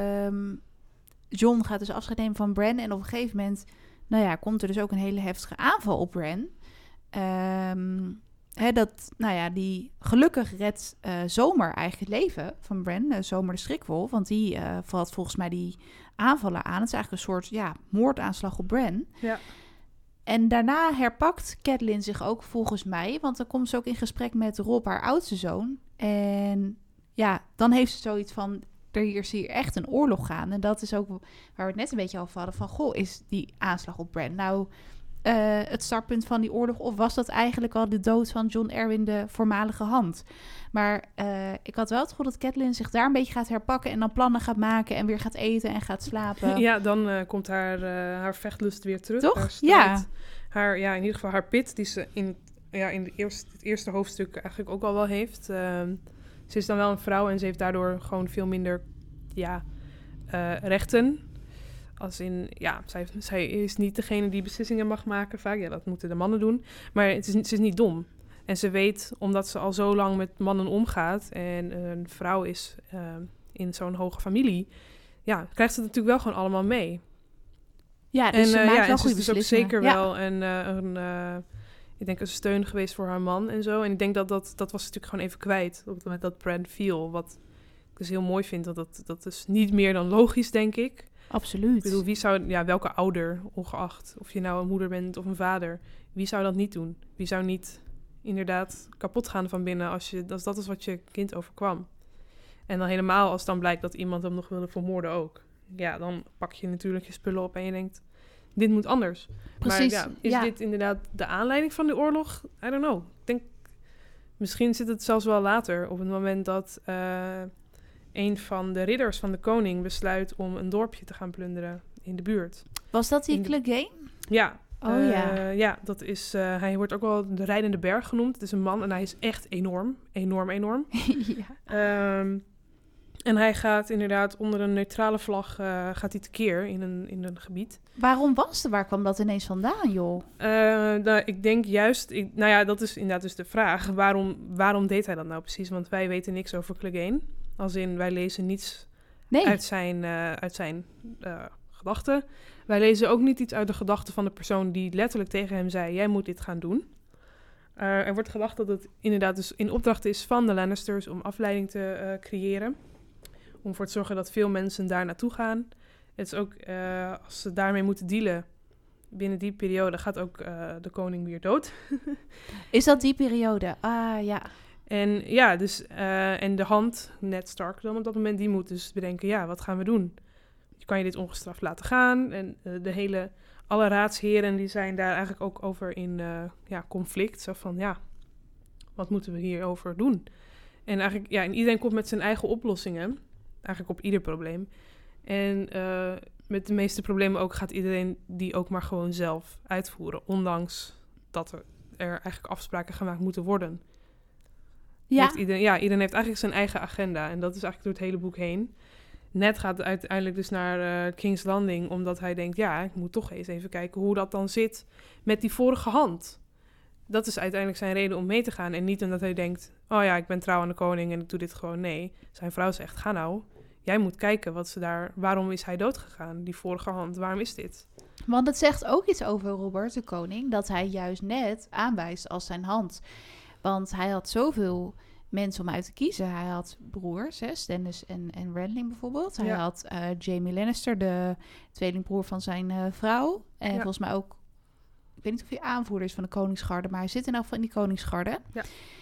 Jon gaat dus afscheid nemen van Bran. En op een gegeven moment, komt er dus ook een hele heftige aanval op Bran. Die gelukkig redt Zomer eigenlijk het leven van Bran. Zomer de Schrikvol, want die valt volgens mij die aanvaller aan. Het is eigenlijk een soort moordaanslag op Bran. Ja. En daarna herpakt Catelyn zich ook volgens mij, want dan komt ze ook in gesprek met Robb, haar oudste zoon. En ja, dan heeft ze zoiets van, er is hier echt een oorlog gaan. En dat is ook waar we het net een beetje over hadden van, goh, is die aanslag op Bran nou het startpunt van die oorlog? Of was dat eigenlijk al de dood van Jon Arryn, de voormalige hand? Maar ik had wel het gevoel dat Catelyn zich daar een beetje gaat herpakken en dan plannen gaat maken en weer gaat eten en gaat slapen. Ja, dan komt haar vechtlust weer terug. Toch? Haar strijd. Ja. Ja, in ieder geval haar pit, die ze in het eerste hoofdstuk eigenlijk ook al wel heeft. Ze is dan wel een vrouw en ze heeft daardoor gewoon veel minder rechten. Als in, ja, zij is niet degene die beslissingen mag maken vaak. Ja, dat moeten de mannen doen. Maar ze is niet dom. En ze weet, omdat ze al zo lang met mannen omgaat en een vrouw is in zo'n hoge familie, ja, krijgt ze het natuurlijk wel gewoon allemaal mee. Ja, dus ze maakt wel ze goede is dus ook beslissingen. zeker wel ik denk een steun geweest voor haar man en zo. En ik denk dat was ze natuurlijk gewoon even kwijt op het moment dat Bran viel. Wat ik dus heel mooi vind, dat is niet meer dan logisch, denk ik. Absoluut. Ik bedoel, welke ouder, ongeacht of je nou een moeder bent of een vader, wie zou dat niet doen? Wie zou niet inderdaad kapot gaan van binnen als dat is wat je kind overkwam? En dan helemaal als dan blijkt dat iemand hem nog wilde vermoorden ook. Ja, dan pak je natuurlijk je spullen op en je denkt, dit moet anders. Precies. Maar is dit inderdaad de aanleiding van de oorlog? I don't know. Ik denk, misschien zit het zelfs wel later, op het moment dat een van de ridders van de koning besluit om een dorpje te gaan plunderen in de buurt. Was dat die Clegane? Ja. Oh ja. Ja, dat is, hij wordt ook wel de rijdende berg genoemd. Het is een man en hij is echt enorm. Enorm. Ja. En hij gaat inderdaad onder een neutrale vlag gaat hij tekeer in een gebied. Waar kwam dat ineens vandaan, joh? Ik denk juist, dat is inderdaad dus de vraag. Waarom deed hij dat nou precies? Want wij weten niks over Clegane. Als in, wij lezen niets uit zijn gedachten. Wij lezen ook niet iets uit de gedachten van de persoon die letterlijk tegen hem zei, jij moet dit gaan doen. Er wordt gedacht dat het inderdaad dus in opdracht is van de Lannisters om afleiding te creëren. Om ervoor te zorgen dat veel mensen daar naartoe gaan. Het is ook, als ze daarmee moeten dealen, binnen die periode gaat ook de koning weer dood. Is dat die periode? Ah, ja. En ja, dus, en de hand, Ned Stark dan op dat moment, die moet dus bedenken, ja, wat gaan we doen? Kan je dit ongestraft laten gaan? En alle raadsheren die zijn daar eigenlijk ook over in conflict. Zo van, ja, wat moeten we hierover doen? En eigenlijk, ja, en iedereen komt met zijn eigen oplossingen. Eigenlijk op ieder probleem. En met de meeste problemen ook gaat iedereen die ook maar gewoon zelf uitvoeren. Ondanks dat er eigenlijk afspraken gemaakt moeten worden. Ja. Iedereen heeft eigenlijk zijn eigen agenda. En dat is eigenlijk door het hele boek heen. Ned gaat uiteindelijk dus naar King's Landing, omdat hij denkt, ja, ik moet toch eens even kijken hoe dat dan zit met die vorige hand. Dat is uiteindelijk zijn reden om mee te gaan. En niet omdat hij denkt, oh ja, ik ben trouw aan de koning en ik doe dit gewoon. Nee, zijn vrouw zegt, ga nou. Jij moet kijken waarom is hij doodgegaan, die vorige hand, waarom is dit? Want het zegt ook iets over Robert, de koning, dat hij juist Ned aanwijst als zijn hand. Want hij had zoveel mensen om uit te kiezen. Hij had broers, Stannis en Renly bijvoorbeeld. Hij had Jaime Lannister, de tweelingbroer van zijn vrouw. En volgens mij ook, ik weet niet of hij aanvoerder is van de koningsgarde, maar hij zit in elk geval in die koningsgarde. Ja.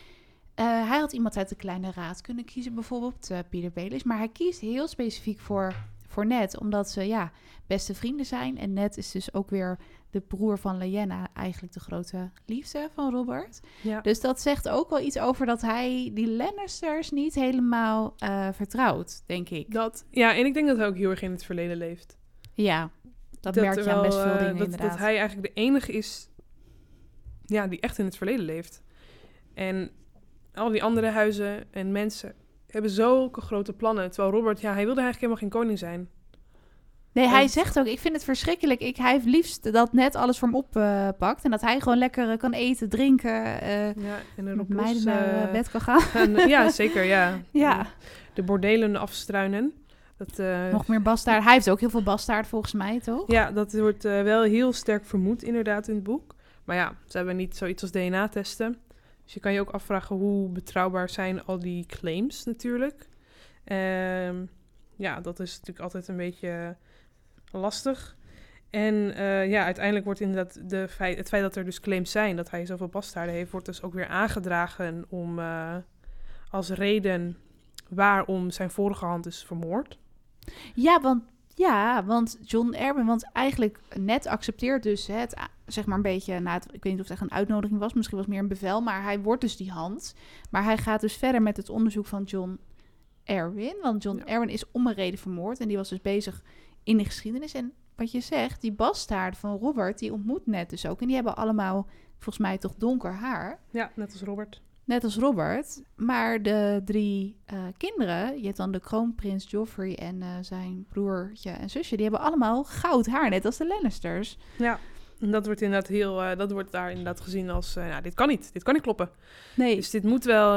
Hij had iemand uit de kleine raad kunnen kiezen, bijvoorbeeld Peter Baelish. Maar hij kiest heel specifiek voor Ned, omdat ze beste vrienden zijn. En Ned is dus ook weer de broer van Lyanna, eigenlijk de grote liefde van Robert. Ja. Dus dat zegt ook wel iets over dat hij die Lannisters niet helemaal vertrouwt, denk ik. En ik denk dat hij ook heel erg in het verleden leeft. Ja, dat merk je aan best veel dingen inderdaad. Dat hij eigenlijk de enige is die echt in het verleden leeft. En al die andere huizen en mensen hebben zulke grote plannen. Terwijl Robert, hij wilde eigenlijk helemaal geen koning zijn. Nee, hij zegt ook, ik vind het verschrikkelijk. Hij heeft liefst dat Ned alles voor hem oppakt. En dat hij gewoon lekker kan eten, drinken. En met meiden naar bed kan gaan. Ja, zeker, ja. Ja. De bordelen afstruinen. Nog meer bastaard. Hij heeft ook heel veel bastaard volgens mij, toch? Ja, dat wordt wel heel sterk vermoed inderdaad in het boek. Maar ja, ze hebben niet zoiets als DNA-testen. Dus je kan je ook afvragen hoe betrouwbaar zijn al die claims natuurlijk. Dat is natuurlijk altijd een beetje lastig. En uiteindelijk wordt inderdaad het feit dat er dus claims zijn, dat hij zoveel bastaarden heeft, wordt dus ook weer aangedragen om als reden waarom zijn vorige hand is vermoord. Want John Erwin, want eigenlijk Ned accepteert dus het, zeg maar een beetje, ik weet niet of het echt een uitnodiging was, misschien was het meer een bevel, maar hij wordt dus die hand. Maar hij gaat dus verder met het onderzoek van John Erwin, want John Erwin is om een reden vermoord en die was dus bezig in de geschiedenis. En wat je zegt, die bastaarden van Robert, die ontmoet Ned dus ook. En die hebben allemaal, volgens mij, toch donker haar. Ja, net als Robert. Net als Robert. Maar de 3 kinderen, je hebt dan de kroonprins Joffrey en zijn broertje en zusje, die hebben allemaal goud haar, net als de Lannisters. Ja, en dat wordt inderdaad dat wordt daar inderdaad gezien als, dit kan niet kloppen. Nee. Dus dit moet wel,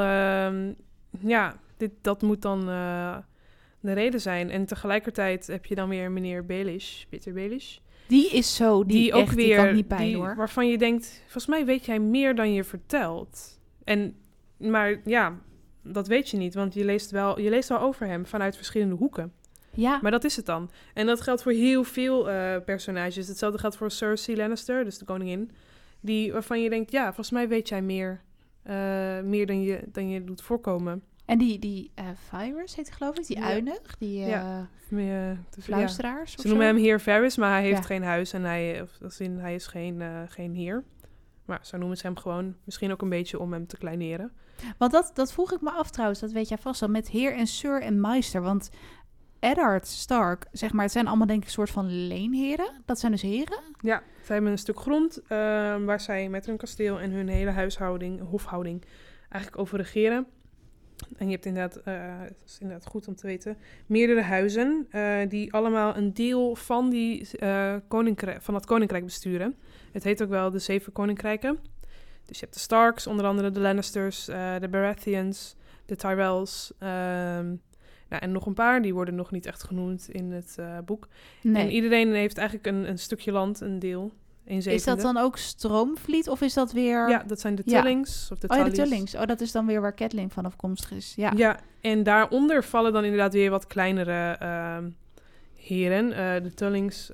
dat moet dan de reden zijn. En tegelijkertijd heb je dan weer meneer Baelish, Peter Baelish. Die is zo, die ook echt, weer, die kan niet pijn, hoor. Waarvan je denkt, volgens mij weet jij meer dan je vertelt. Maar ja, dat weet je niet, want je leest wel over hem vanuit verschillende hoeken. Ja. Maar dat is het dan. En dat geldt voor heel veel personages. Hetzelfde geldt voor Cersei Lannister, dus de koningin. Waarvan je denkt, ja, volgens mij weet jij meer dan je doet voorkomen. En die Varys heet hij, geloof ik, die uinig, die fluisteraars. Ze noemen hem heer Varys, maar hij heeft geen huis en hij is geen heer. Maar zo noemen ze hem gewoon, misschien ook een beetje om hem te kleineren. Want dat vroeg ik me af trouwens, dat weet jij vast wel, met heer en sir en meester. Want Eddard Stark, zeg maar, het zijn allemaal denk ik een soort van leenheren. Dat zijn dus heren? Ja, zij hebben een stuk grond waar zij met hun kasteel en hun hele hofhouding eigenlijk over regeren. En je hebt inderdaad, het is inderdaad goed om te weten, meerdere huizen die allemaal een deel van van dat koninkrijk besturen. Het heet ook wel de 7 koninkrijken. Dus je hebt de Starks, onder andere de Lannisters, de Baratheons, de Tyrells. En nog een paar, die worden nog niet echt genoemd in het boek. Nee. En iedereen heeft eigenlijk een stukje land, een deel. Is dat dan ook Stroomvliet of is dat weer... Ja, dat zijn de Tullings of de Tullys. De Tullings. Oh, dat is dan weer waar Catelyn van afkomstig is. Ja, en daaronder vallen dan inderdaad weer wat kleinere heren. De Tullings...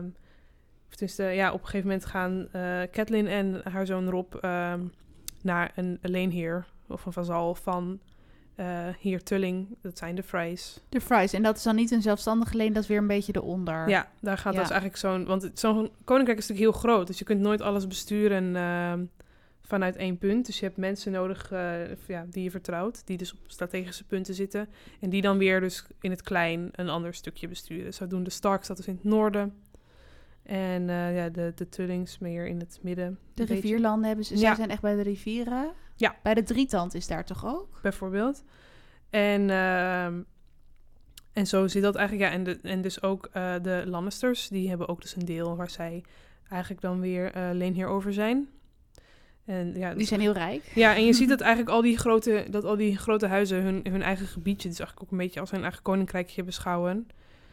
op een gegeven moment gaan Catelyn en haar zoon Rob naar een leenheer of een vazal van heer Tulling. Dat zijn de Frys. De Frys. En dat is dan niet een zelfstandige leen, dat is weer een beetje eronder. Ja, daar gaat dus eigenlijk want zo'n koninkrijk is natuurlijk heel groot. Dus je kunt nooit alles besturen vanuit één punt. Dus je hebt mensen nodig die je vertrouwt, die dus op strategische punten zitten. En die dan weer dus in het klein een ander stukje besturen. Zo doen de Starks dat dus in het noorden. En de Tullings meer in het midden. De rivierlanden hebben ze. Zij zijn echt bij de rivieren. Ja. Bij de Drietand is daar toch ook? Bijvoorbeeld. En zo zit dat eigenlijk. Ja, en dus ook de Lannisters, die hebben ook dus een deel waar zij eigenlijk dan weer leenheer over zijn. En, ja, die zijn heel rijk. Ja, en je ziet dat eigenlijk al die grote huizen hun eigen gebiedje, dus eigenlijk ook een beetje als hun eigen koninkrijkje beschouwen.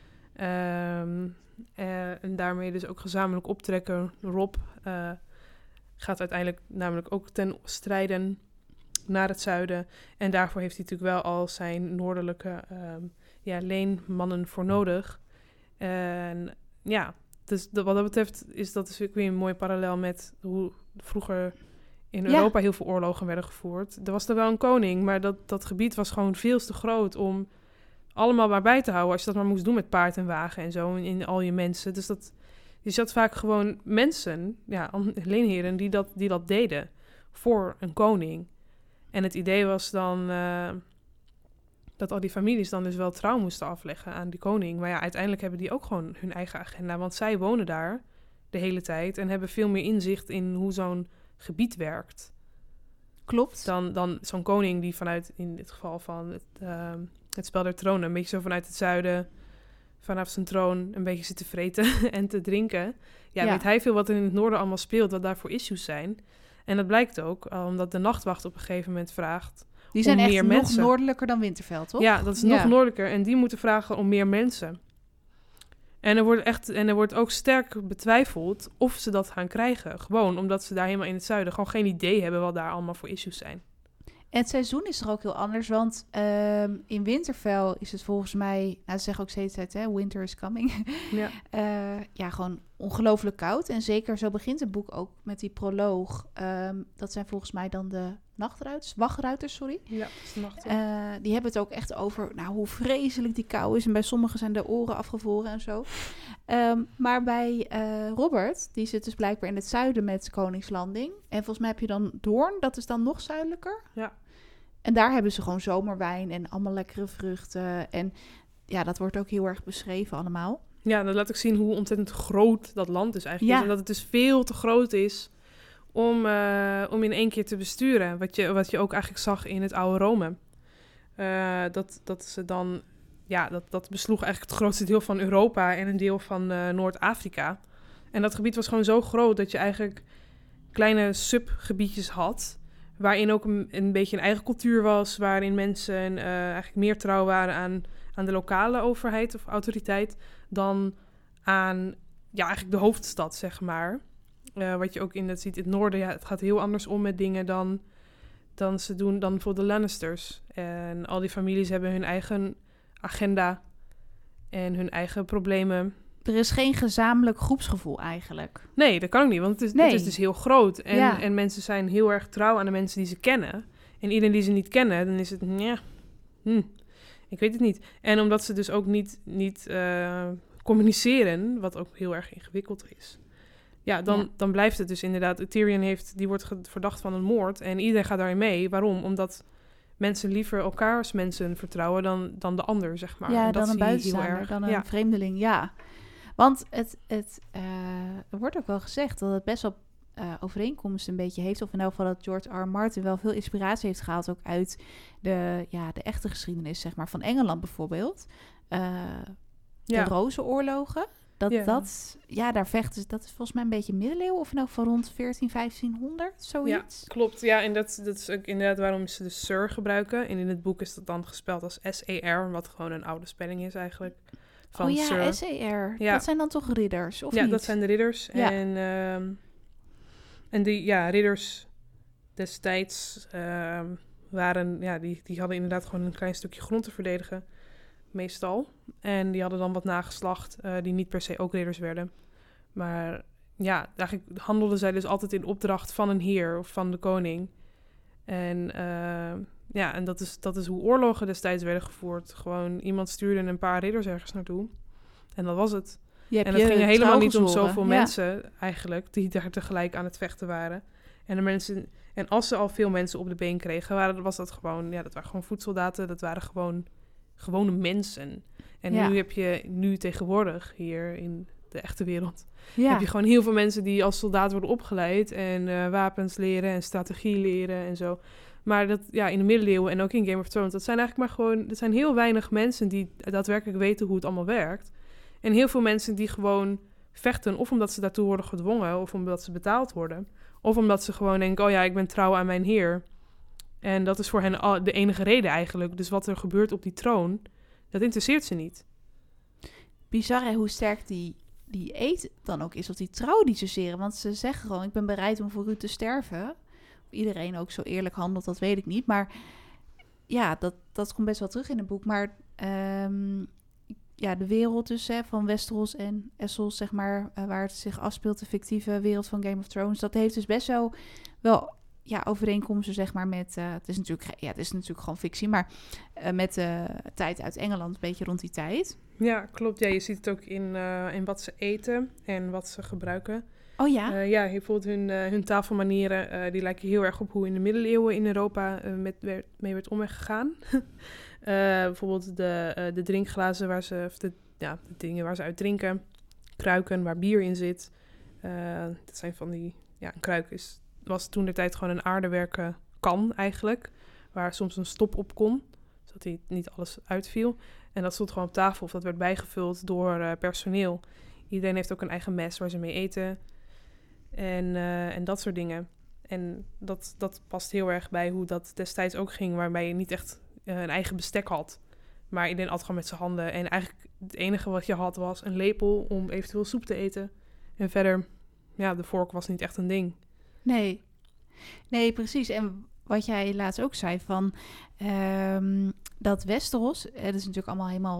En daarmee dus ook gezamenlijk optrekken. Rob gaat uiteindelijk namelijk ook ten strijden naar het zuiden. En daarvoor heeft hij natuurlijk wel al zijn noordelijke leenmannen voor nodig. En ja, dus wat dat betreft is dat dus weer een mooi parallel met hoe vroeger in Europa heel veel oorlogen werden gevoerd. Er was er wel een koning, maar dat gebied was gewoon veel te groot om allemaal maar bij te houden, als je dat maar moest doen met paard en wagen en zo, in al je mensen. Dus je zat vaak gewoon mensen, leenheren, die dat deden voor een koning. En het idee was dan dat al die families dan dus wel trouw moesten afleggen aan die koning. Maar ja, uiteindelijk hebben die ook gewoon hun eigen agenda, want zij wonen daar de hele tijd en hebben veel meer inzicht in hoe zo'n gebied werkt. Klopt. Dan zo'n koning die vanuit, in dit geval van het Spel der Tronen, een beetje zo vanuit het zuiden, vanaf zijn troon een beetje zit te vreten en te drinken. Ja, weet hij veel wat er in het noorden allemaal speelt, wat daarvoor issues zijn. En dat blijkt ook, omdat de nachtwacht op een gegeven moment vraagt die zijn om echt meer nog mensen. Noordelijker dan Winterfell, toch? Ja, dat is nog noordelijker. En die moeten vragen om meer mensen. En er wordt ook sterk betwijfeld of ze dat gaan krijgen. Gewoon omdat ze daar helemaal in het zuiden gewoon geen idee hebben wat daar allemaal voor issues zijn. En het seizoen is er ook heel anders, want in Winterfell is het volgens mij, ze zeggen ook steeds winter is coming. Ja. Gewoon ongelooflijk koud. En zeker zo begint het boek ook met die proloog. Dat zijn volgens mij dan de wachtruiters, sorry. Ja, dat is de nacht. Die hebben het ook echt over hoe vreselijk die kou is. En bij sommigen zijn de oren afgevroren en zo. Maar bij Robert, die zit dus blijkbaar in het zuiden met Koningslanding. En volgens mij heb je dan Doorn, dat is dan nog zuidelijker. Ja. En daar hebben ze gewoon zomerwijn en allemaal lekkere vruchten. En ja, dat wordt ook heel erg beschreven allemaal. Ja, dat laat ik zien hoe ontzettend groot dat land dus eigenlijk is. En dat het dus veel te groot is om in één keer te besturen. Wat je ook eigenlijk zag in het oude Rome. Dat ze dan... Ja, dat besloeg eigenlijk het grootste deel van Europa en een deel van Noord-Afrika. En dat gebied was gewoon zo groot dat je eigenlijk kleine subgebiedjes had, waarin ook een beetje een eigen cultuur was, waarin mensen eigenlijk meer trouw waren aan de lokale overheid of autoriteit dan aan eigenlijk de hoofdstad, zeg maar. Wat je ook ziet in het noorden, het gaat heel anders om met dingen dan ze doen dan voor de Lannisters. En al die families hebben hun eigen agenda en hun eigen problemen. Er is geen gezamenlijk groepsgevoel eigenlijk. Nee, dat kan ook niet, want het is dus heel groot. En mensen zijn heel erg trouw aan de mensen die ze kennen. En iedereen die ze niet kennen, dan is het... ik weet het niet. En omdat ze dus ook niet communiceren, wat ook heel erg ingewikkeld is. Ja, dan blijft het dus inderdaad... Tyrion die wordt verdacht van een moord en iedereen gaat daarin mee. Waarom? Omdat mensen liever elkaars mensen vertrouwen dan de ander, zeg maar. Ja, en dat dan een buitenstaander, dan een vreemdeling, ja. Want er wordt ook wel gezegd dat het best wel overeenkomst een beetje heeft. Of in elk geval dat George R. Martin wel veel inspiratie heeft gehaald ook uit de echte geschiedenis, zeg maar, van Engeland bijvoorbeeld. De Rozenoorlogen. Daar vechten ze, dat is volgens mij een beetje middeleeuwen, of in elk geval rond 1500, zoiets. Ja, klopt. Ja, en dat is ook inderdaad waarom ze de Sir gebruiken. En in het boek is dat dan gespeld als S-E-R, wat gewoon een oude spelling is eigenlijk. Van Sir. S-E-R. Ja. Dat zijn dan toch ridders, of niet? Ja, dat zijn de ridders. Ja. En die ridders destijds waren... die hadden inderdaad gewoon een klein stukje grond te verdedigen. Meestal. En die hadden dan wat nageslacht die niet per se ook ridders werden. Maar eigenlijk handelden zij dus altijd in opdracht van een heer of van de koning. En en dat is hoe oorlogen destijds werden gevoerd. Gewoon iemand stuurde een paar ridders ergens naartoe. En dat was het. En het ging helemaal niet om zoveel mensen eigenlijk die daar tegelijk aan het vechten waren. En als ze al veel mensen op de been kregen, was dat gewoon... Ja, dat waren gewoon voedsoldaten. Dat waren gewone mensen. En nu heb je tegenwoordig hier in de echte wereld... heb je gewoon heel veel mensen die als soldaat worden opgeleid... en wapens leren en strategie leren en zo. Maar dat in de middeleeuwen en ook in Game of Thrones... dat zijn eigenlijk maar gewoon... Er zijn heel weinig mensen die daadwerkelijk weten hoe het allemaal werkt. En heel veel mensen die gewoon vechten... of omdat ze daartoe worden gedwongen... of omdat ze betaald worden... of omdat ze gewoon denken... ik ben trouw aan mijn heer... En dat is voor hen de enige reden eigenlijk. Dus wat er gebeurt op die troon, dat interesseert ze niet. Bizar hè, hoe sterk die eed dan ook is. Of die trouw die ze zeren. Want ze zeggen gewoon, ik ben bereid om voor u te sterven. Of iedereen ook zo eerlijk handelt, dat weet ik niet. Maar ja, dat komt best wel terug in het boek. Maar de wereld dus van Westeros en Essos, zeg maar... waar het zich afspeelt, de fictieve wereld van Game of Thrones... dat heeft dus best wel overeenkomsten, zeg maar, met... het is natuurlijk gewoon fictie, maar met de tijd uit Engeland, een beetje rond die tijd. Ja, klopt. Ja, je ziet het ook in wat ze eten en wat ze gebruiken. Oh ja? Bijvoorbeeld hun tafelmanieren, die lijken heel erg op hoe in de middeleeuwen in Europa mee werd omgegaan. Bijvoorbeeld de drinkglazen de dingen waar ze uit drinken. Kruiken waar bier in zit. Dat zijn van die... Ja, een kruik was toen de tijd gewoon een aardewerken kan eigenlijk. Waar soms een stop op kon. Zodat niet alles uitviel. En dat stond gewoon op tafel. Of dat werd bijgevuld door personeel. Iedereen heeft ook een eigen mes waar ze mee eten. En dat soort dingen. En dat past heel erg bij hoe dat destijds ook ging. Waarbij je niet echt een eigen bestek had. Maar iedereen at gewoon met zijn handen. En eigenlijk het enige wat je had was een lepel om eventueel soep te eten. En verder, de vork was niet echt een ding. Nee, precies. En wat jij laatst ook zei van dat Westeros, dat is natuurlijk allemaal helemaal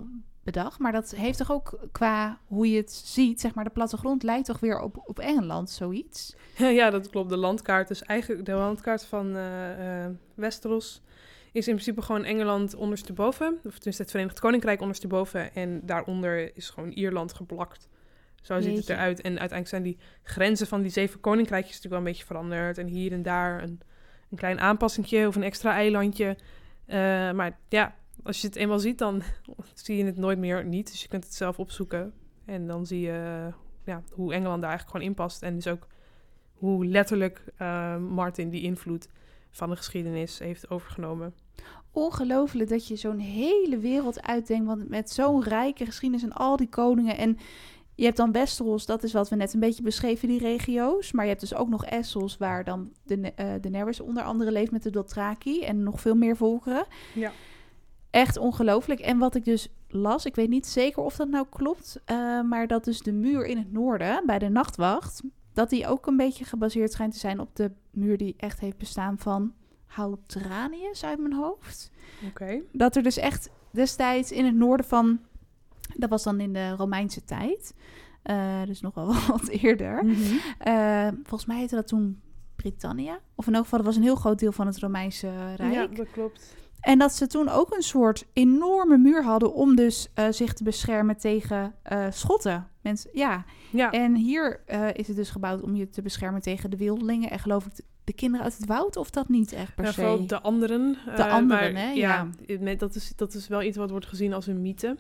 bedacht. Maar dat heeft toch ook qua hoe je het ziet, zeg maar, de plattegrond lijkt toch weer op Engeland, zoiets? Ja, dat klopt. De landkaart is eigenlijk de landkaart van Westeros is in principe gewoon Engeland ondersteboven. Of tenminste het Verenigd Koninkrijk ondersteboven. En daaronder is gewoon Ierland geplakt. Zo ziet het eruit. En uiteindelijk zijn die grenzen van die 7 koninkrijkjes natuurlijk wel een beetje veranderd. En hier en daar een klein aanpassingje of een extra eilandje. Maar ja, als je het eenmaal ziet, dan zie je het nooit meer niet. Dus je kunt het zelf opzoeken. En dan zie je hoe Engeland daar eigenlijk gewoon in past. En dus ook hoe letterlijk Martin die invloed van de geschiedenis heeft overgenomen. Ongelooflijk dat je zo'n hele wereld uitdenkt, want met zo'n rijke geschiedenis en al die koningen. En je hebt dan Westeros, dat is wat we net een beetje beschreven, die regio's. Maar je hebt dus ook nog Essos, waar dan de Daenerys onder andere leeft met de Dothraki en nog veel meer volkeren. Ja. Echt ongelooflijk. En wat ik dus las, ik weet niet zeker of dat nou klopt, maar dat dus de muur in het noorden, bij de Nachtwacht, dat die ook een beetje gebaseerd schijnt te zijn op de muur die echt heeft bestaan van Houtranius uit mijn hoofd. Oké. Dat er dus echt destijds in het noorden van, dat was dan in de Romeinse tijd, dus nog wel wat eerder. Mm-hmm. Volgens mij heette dat toen Britannia. Of in elk geval, dat was een heel groot deel van het Romeinse Rijk. Ja, dat klopt. En dat ze toen ook een soort enorme muur hadden om dus zich te beschermen tegen Schotten. Mensen, ja. En hier is het dus gebouwd om je te beschermen tegen de wildelingen. En geloof ik de kinderen uit het woud, of dat niet echt per se? Vooral de anderen. De anderen, maar, hè? Ja. Dat is wel iets wat wordt gezien als een mythe.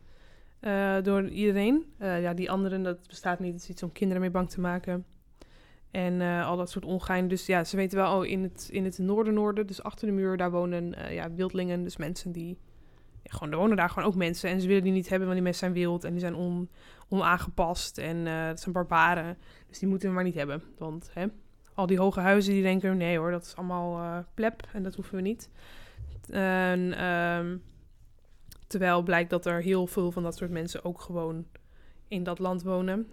Door iedereen. Die anderen, dat bestaat niet. Het is iets om kinderen mee bang te maken. En al dat soort ongein. Dus ja, ze weten wel, in het noorden, dus achter de muur, daar wonen wildlingen. Dus mensen die, er wonen daar gewoon ook mensen. En ze willen die niet hebben, want die mensen zijn wild en die zijn onaangepast. En dat zijn barbaren. Dus die moeten we maar niet hebben. Want al die hoge huizen die denken, nee hoor, dat is allemaal pleb en dat hoeven we niet. Terwijl blijkt dat er heel veel van dat soort mensen ook gewoon in dat land wonen.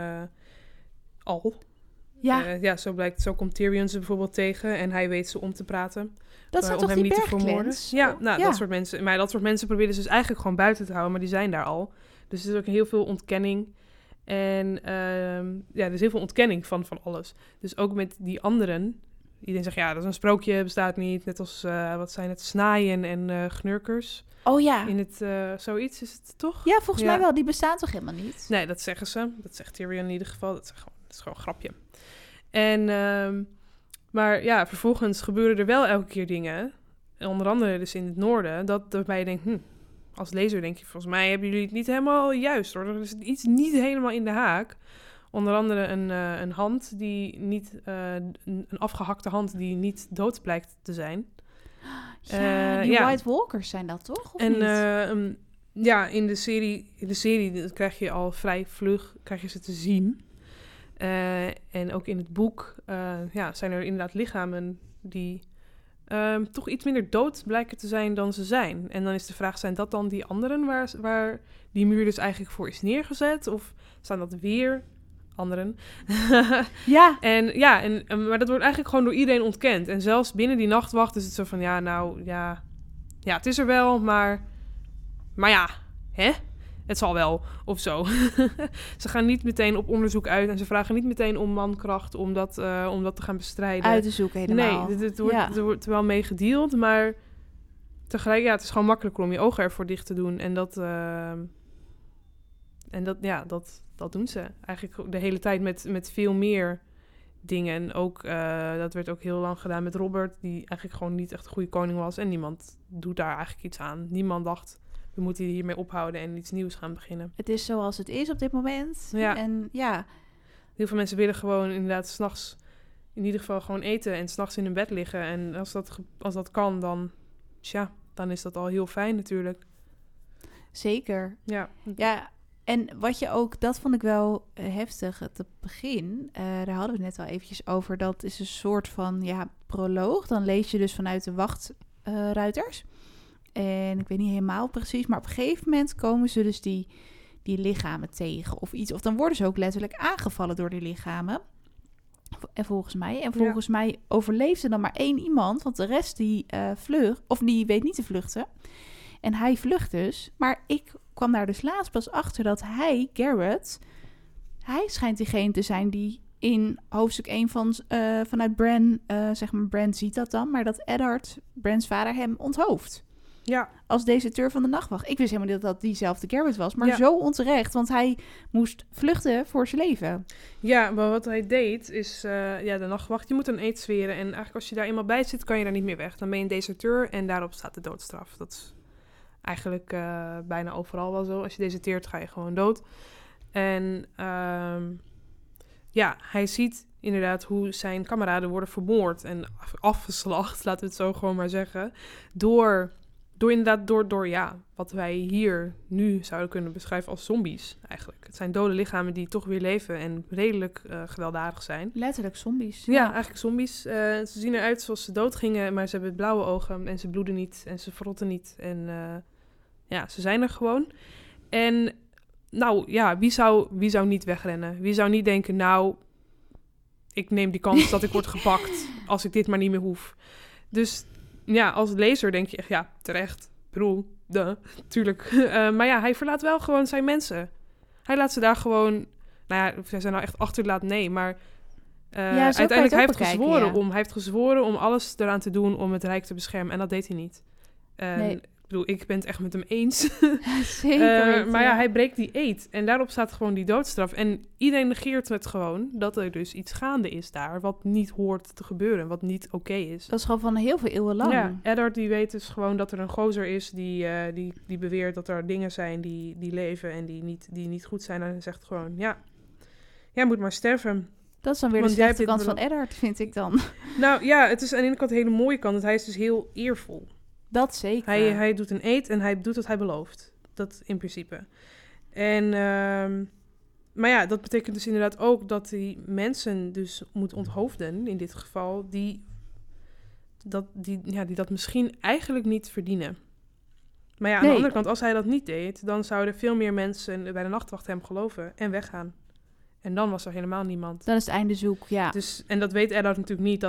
Ja. Zo komt Tyrion ze bijvoorbeeld tegen en hij weet ze om te praten. Dat zijn om toch hem die niet te vermoorden. bergclans? Ja, dat soort mensen. Maar dat soort mensen proberen ze dus eigenlijk gewoon buiten te houden, maar die zijn daar al. Dus er is ook heel veel ontkenning. En er is heel veel ontkenning van alles. Dus ook met die anderen. Iedereen zegt, dat is een sprookje, bestaat niet. Net als, wat zijn het, snaaien en gnurkers. Oh ja. In het, zoiets is het toch? Ja, volgens mij wel. Die bestaan toch helemaal niet? Nee, dat zeggen ze. Dat zegt Tyrion in ieder geval. Dat is gewoon een grapje. En, maar ja, vervolgens gebeuren er wel elke keer dingen. Onder andere dus in het noorden. Waarbij je denkt, als lezer denk je, volgens mij hebben jullie het niet helemaal juist hoor. Er is iets niet helemaal in de haak. Onder andere een hand die niet, een afgehakte hand die niet dood blijkt te zijn. Ja, die White Walkers zijn dat toch? Of niet? In de serie krijg je al vrij vlug ze te zien. En ook in het boek zijn er inderdaad lichamen die toch iets minder dood blijken te zijn dan ze zijn. En dan is de vraag, zijn dat dan die anderen waar die muur dus eigenlijk voor is neergezet? Of zijn dat weer anderen? Ja. Maar dat wordt eigenlijk gewoon door iedereen ontkend. En zelfs binnen die nachtwacht is het zo van, het is er wel, maar ja, het zal wel, of zo. Ze gaan niet meteen op onderzoek uit en ze vragen niet meteen om mankracht om dat te gaan bestrijden. Uit te zoeken helemaal. Nee, er wordt wel mee gedeeld, maar tegelijk, het is gewoon makkelijker om je ogen ervoor dicht te doen. En dat doen ze eigenlijk de hele tijd met veel meer dingen. En ook, dat werd ook heel lang gedaan met Robert, die eigenlijk gewoon niet echt een goede koning was. En niemand doet daar eigenlijk iets aan. Niemand dacht, we moeten hiermee ophouden en iets nieuws gaan beginnen. Het is zoals het is op dit moment. Ja. En ja. Heel veel mensen willen gewoon inderdaad 's nachts in ieder geval gewoon eten en 's nachts in hun bed liggen. En als dat kan, dan is dat al heel fijn natuurlijk. Zeker. Ja. Ja, en wat je ook, dat vond ik wel heftig, het begin. Daar hadden we het net al eventjes over. Dat is een soort van, proloog. Dan lees je dus vanuit de wachtruiters. En ik weet niet helemaal precies, maar op een gegeven moment komen ze dus die lichamen tegen of iets. Of dan worden ze ook letterlijk aangevallen door die lichamen. En volgens mij overleeft er dan maar 1 iemand, want de rest die vlucht, of die weet niet te vluchten. En hij vlucht dus. Maar ik kwam daar dus laatst pas achter dat hij, Garrett... Hij schijnt degene te zijn die in hoofdstuk 1 vanuit Bran... zeg maar, Bran ziet dat dan. Maar dat Eddard, Brans vader, hem onthoofd. Ja. Als deserteur van de nachtwacht. Ik wist helemaal niet dat dat diezelfde Garrett was. Maar zo onterecht. Want hij moest vluchten voor zijn leven. Ja, maar wat hij deed is... de nachtwacht, je moet een eed zweren. En eigenlijk als je daar eenmaal bij zit, kan je daar niet meer weg. Dan ben je een deserteur en daarop staat de doodstraf. Dat is eigenlijk bijna overal wel zo. Als je deserteert, ga je gewoon dood. En hij ziet inderdaad hoe zijn kameraden worden vermoord en afgeslacht, laten we het zo gewoon maar zeggen, door wat wij hier nu zouden kunnen beschrijven als zombies eigenlijk. Het zijn dode lichamen die toch weer leven en redelijk gewelddadig zijn. Letterlijk zombies. Ja, eigenlijk zombies. Ze zien eruit zoals ze doodgingen, maar ze hebben blauwe ogen en ze bloeden niet en ze verrotten niet. En ze zijn er gewoon. En nou ja, wie zou niet wegrennen? Wie zou niet denken, nou, ik neem die kans dat ik word gepakt als ik dit maar niet meer hoef. Dus ja, als lezer denk je echt, ja, terecht. Ik bedoel, tuurlijk. Maar ja, hij verlaat wel gewoon zijn mensen. Hij laat ze daar gewoon, nou ja, zij zijn nou echt achterlaat, nee, maar uiteindelijk hij heeft gezworen om alles eraan te doen om het Rijk te beschermen. En dat deed hij niet. Nee. Ik bedoel, ik ben het echt met hem eens. Zeker. Maar ja, hij breekt die eed. En daarop staat gewoon die doodstraf. En iedereen negeert het gewoon dat er dus iets gaande is daar... wat niet hoort te gebeuren, wat niet oké is. Dat is gewoon van heel veel eeuwen lang. Ja, Eddard die weet dus gewoon dat er een gozer is... die beweert dat er dingen zijn die leven en die niet goed zijn. En hij zegt gewoon, ja, jij moet maar sterven. Dat is dan weer de slechte kant van Eddard, vind ik dan. Nou ja, het is aan de ene kant een hele mooie kant. Want hij is dus heel eervol. Dat zeker. Hij doet een eed en hij doet wat hij belooft. Dat in principe. En, maar ja, dat betekent dus inderdaad ook dat die mensen dus moet onthoofden, in dit geval, die dat misschien eigenlijk niet verdienen. Maar ja, aan de andere kant, als hij dat niet deed, dan zouden veel meer mensen bij de nachtwacht hem geloven en weggaan. En dan was er helemaal niemand. Dan is het einde zoek, ja. Dus, en dat weet Eddard natuurlijk niet,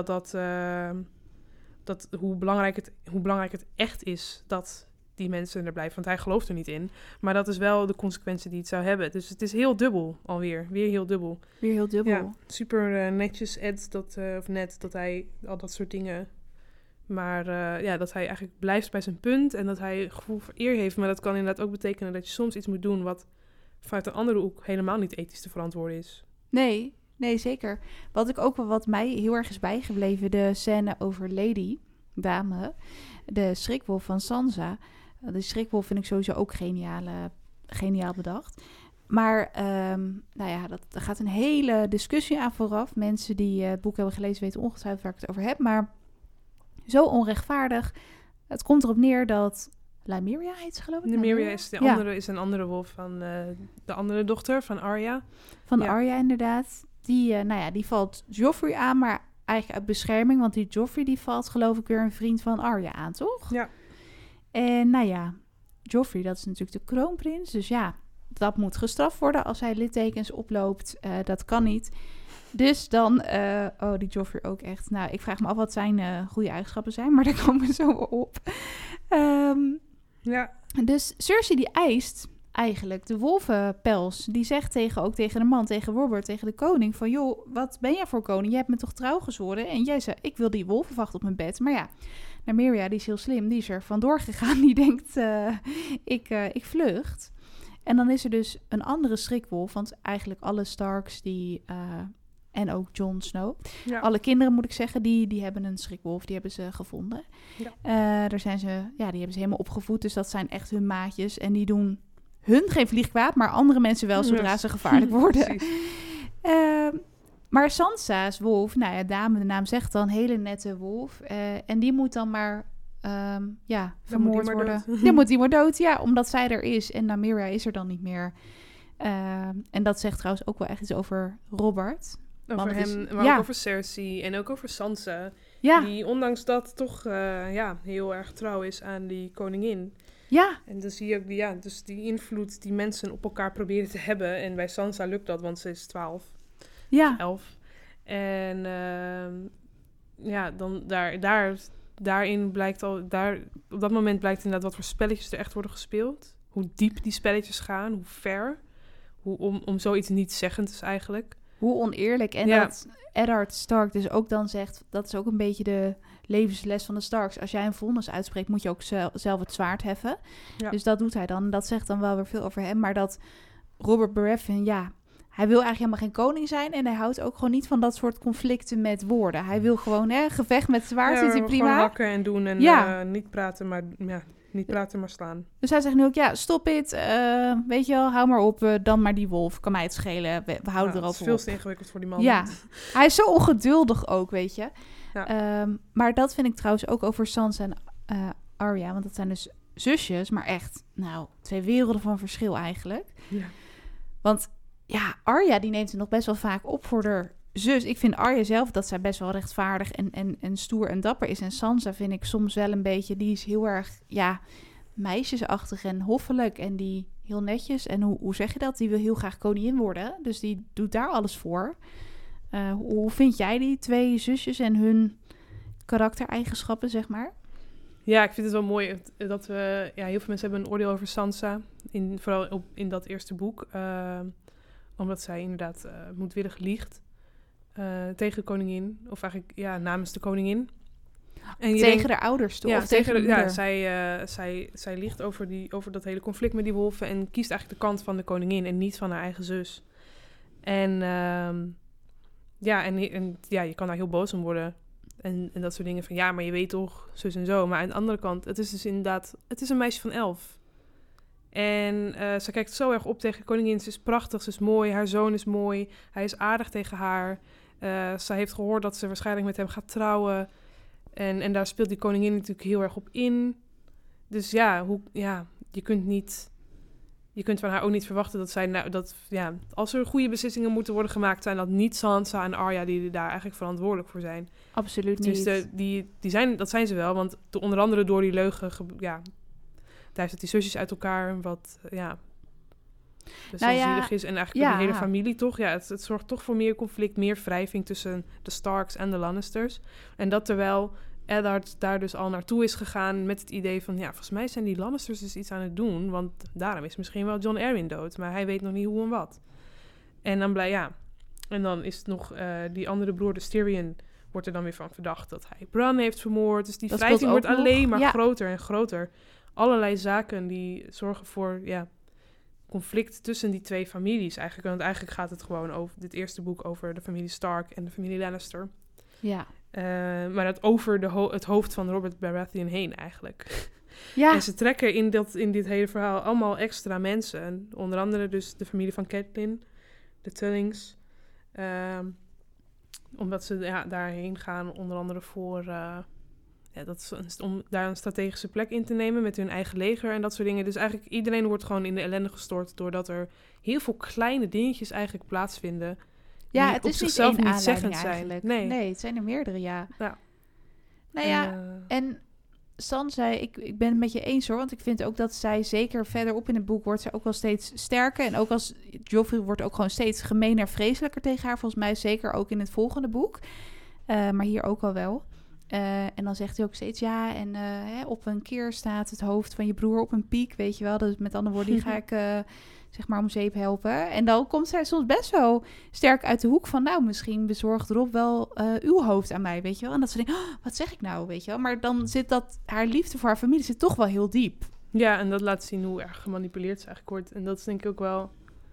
hoe belangrijk het echt is dat die mensen er blijven. Want hij gelooft er niet in. Maar dat is wel de consequentie die het zou hebben. Dus het is heel dubbel alweer. Weer heel dubbel. Weer heel dubbel. Ja, super netjes Ed, dat hij al dat soort dingen... Maar dat hij eigenlijk blijft bij zijn punt en dat hij gevoel voor eer heeft. Maar dat kan inderdaad ook betekenen dat je soms iets moet doen wat vanuit een andere hoek helemaal niet ethisch te verantwoorden is. Nee, zeker. Wat mij heel erg is bijgebleven, de scène over Lady, dame, de schrikwolf van Sansa. De schrikwolf vind ik sowieso ook geniaal bedacht. Maar er gaat een hele discussie aan vooraf. Mensen die het boek hebben gelezen weten ongetwijfeld waar ik het over heb. Maar zo onrechtvaardig. Het komt erop neer dat Nymeria heet ze, geloof ik. Nymeria is een andere wolf van de andere dochter van Arya. Arya, inderdaad. Die valt Joffrey aan, maar eigenlijk uit bescherming. Want die Joffrey die valt, geloof ik, weer een vriend van Arya aan, toch? Ja. En Joffrey, dat is natuurlijk de kroonprins. Dus ja, dat moet gestraft worden als hij littekens oploopt. Dat kan niet. Dus dan, die Joffrey ook echt. Nou, ik vraag me af wat zijn goede eigenschappen zijn, maar daar komen we zo op. Dus Cersei die eist eigenlijk de wolvenpels. Die zegt ook tegen de man, tegen Robert, tegen de koning van... joh, wat ben jij voor koning? Je hebt me toch trouw gezworen? En jij zei, ik wil die wolvenvacht op mijn bed. Maar ja, Nymeria, die is heel slim. Die is er vandoor gegaan. Die denkt, ik vlucht. En dan is er dus een andere schrikwolf. Want eigenlijk alle Starks en ook Jon Snow. Ja. Alle kinderen, moet ik zeggen, die hebben een schrikwolf. Die hebben ze gevonden. Ja. Die hebben ze helemaal opgevoed. Dus dat zijn echt hun maatjes. En die doen hun geen vliegkwaad, maar andere mensen wel, zodra ze gevaarlijk worden. Maar Sansa's wolf, dame, de naam zegt dan, hele nette wolf. En die moet dan maar vermoord worden. Dan moet die maar dood, ja, omdat zij er is. En Nymeria is er dan niet meer. En dat zegt trouwens ook wel echt iets over Robert. Over hem, maar ook over Cersei en ook over Sansa. Ja. Die ondanks dat toch heel erg trouw is aan die koningin. Ja. En dan zie je ook die invloed die mensen op elkaar proberen te hebben. En bij Sansa lukt dat, want ze is 12. Ja. 11. En dan daar daarin blijkt op dat moment blijkt inderdaad wat voor spelletjes er echt worden gespeeld. Hoe diep die spelletjes gaan, hoe ver. Om zoiets niet zeggend is eigenlijk. Hoe oneerlijk. En dat Eddard Stark dus ook dan zegt, dat is ook een beetje de levensles van de Starks. Als jij een vonnis uitspreekt, moet je ook zelf het zwaard heffen. Ja. Dus dat doet hij dan. Dat zegt dan wel weer veel over hem. Maar dat Robert Baratheon, hij wil eigenlijk helemaal geen koning zijn. En hij houdt ook gewoon niet van dat soort conflicten met woorden. Hij wil gewoon, gevecht met zwaard, zit hij prima. Gewoon hakken en doen en niet praten, maar niet praten, maar slaan. Dus hij zegt nu ook, stop it. Weet je wel, hou maar op. Dan maar die wolf. Kan mij het schelen. We houden erover op. Het is veel te ingewikkeld voor die man. Ja, hij is zo ongeduldig ook, weet je. Ja. Maar dat vind ik trouwens ook over Sansa en Arya. Want dat zijn dus zusjes. Maar echt, 2 werelden van verschil eigenlijk. Ja. Want Arya die neemt het nog best wel vaak op voor haar zus. Ik vind Arya zelf dat zij best wel rechtvaardig en stoer en dapper is. En Sansa vind ik soms wel een beetje, die is heel erg, meisjesachtig en hoffelijk. En die heel netjes. En hoe zeg je dat? Die wil heel graag koningin worden. Dus die doet daar alles voor. Hoe vind jij die 2 zusjes en hun karaktereigenschappen, zeg maar? Ja, ik vind het wel mooi dat we... heel veel mensen hebben een oordeel over Sansa. Vooral in dat eerste boek. Omdat zij inderdaad moedwillig liegt. Tegen de koningin. Of eigenlijk, namens de koningin. En tegen de ouders, toch? Ja, of tegen de moeder? Zij liegt over dat hele conflict met die wolven. En kiest eigenlijk de kant van de koningin en niet van haar eigen zus. En je kan daar heel boos om worden. En dat soort dingen van, maar je weet toch, zus en zo. Maar aan de andere kant, het is dus inderdaad... Het is een meisje van 11. En ze kijkt zo erg op tegen de koningin. Ze is prachtig, ze is mooi, haar zoon is mooi. Hij is aardig tegen haar. Zij heeft gehoord dat ze waarschijnlijk met hem gaat trouwen. En daar speelt die koningin natuurlijk heel erg op in. Dus je kunt van haar ook niet verwachten dat zij... als er goede beslissingen moeten worden gemaakt... zijn dat niet Sansa en Arya die daar eigenlijk verantwoordelijk voor zijn. Absoluut niet. Dus dat zijn ze wel, want onder andere door die leugen... daar heeft het die zusjes uit elkaar, wat best wel zielig is. En eigenlijk de hele familie toch. Ja, het zorgt toch voor meer conflict, meer wrijving tussen de Starks en de Lannisters. En dat terwijl Eddard daar dus al naartoe is gegaan met het idee van... volgens mij zijn die Lannisters dus iets aan het doen... want daarom is misschien wel Jon Arryn dood... maar hij weet nog niet hoe en wat. En dan en dan is het nog die andere broer, de Tyrion... wordt er dan weer van verdacht dat hij Bran heeft vermoord. Dus die wrijving wordt alleen maar groter en groter. Allerlei zaken die zorgen voor conflict tussen die 2 families eigenlijk. Want eigenlijk gaat het gewoon over dit eerste boek... over de familie Stark en de familie Lannister. Ja. Maar dat over het hoofd van Robert Baratheon heen eigenlijk. Ja. En ze trekken in dit hele verhaal allemaal extra mensen. Onder andere dus de familie van Catelyn, de Tullings. Omdat ze daarheen gaan, onder andere voor... om daar een strategische plek in te nemen met hun eigen leger en dat soort dingen. Dus eigenlijk iedereen wordt gewoon in de ellende gestort... doordat er heel veel kleine dingetjes eigenlijk plaatsvinden... Ja, het is op zichzelf niet zeggend zijn. Nee, het zijn er meerdere, ja. En Sansa, ik ben het met je eens hoor. Want ik vind ook dat zij zeker verderop in het boek... wordt zij ook wel steeds sterker. En ook als Joffrey wordt ook gewoon steeds gemener, vreselijker tegen haar. Volgens mij zeker ook in het volgende boek. Maar hier ook al wel. En dan zegt hij ook steeds op een keer staat het hoofd van je broer op een piek. Weet je wel, dus met andere woorden, die ga ik... zeg maar om zeep helpen. En dan komt zij soms best wel sterk uit de hoek van... misschien bezorgt Rob wel uw hoofd aan mij, weet je wel. En dat ze denken, wat zeg ik nou, weet je wel. Maar dan zit haar liefde voor haar familie zit toch wel heel diep. Ja, en dat laat zien hoe erg gemanipuleerd ze eigenlijk wordt. En dat is denk ik ook wel...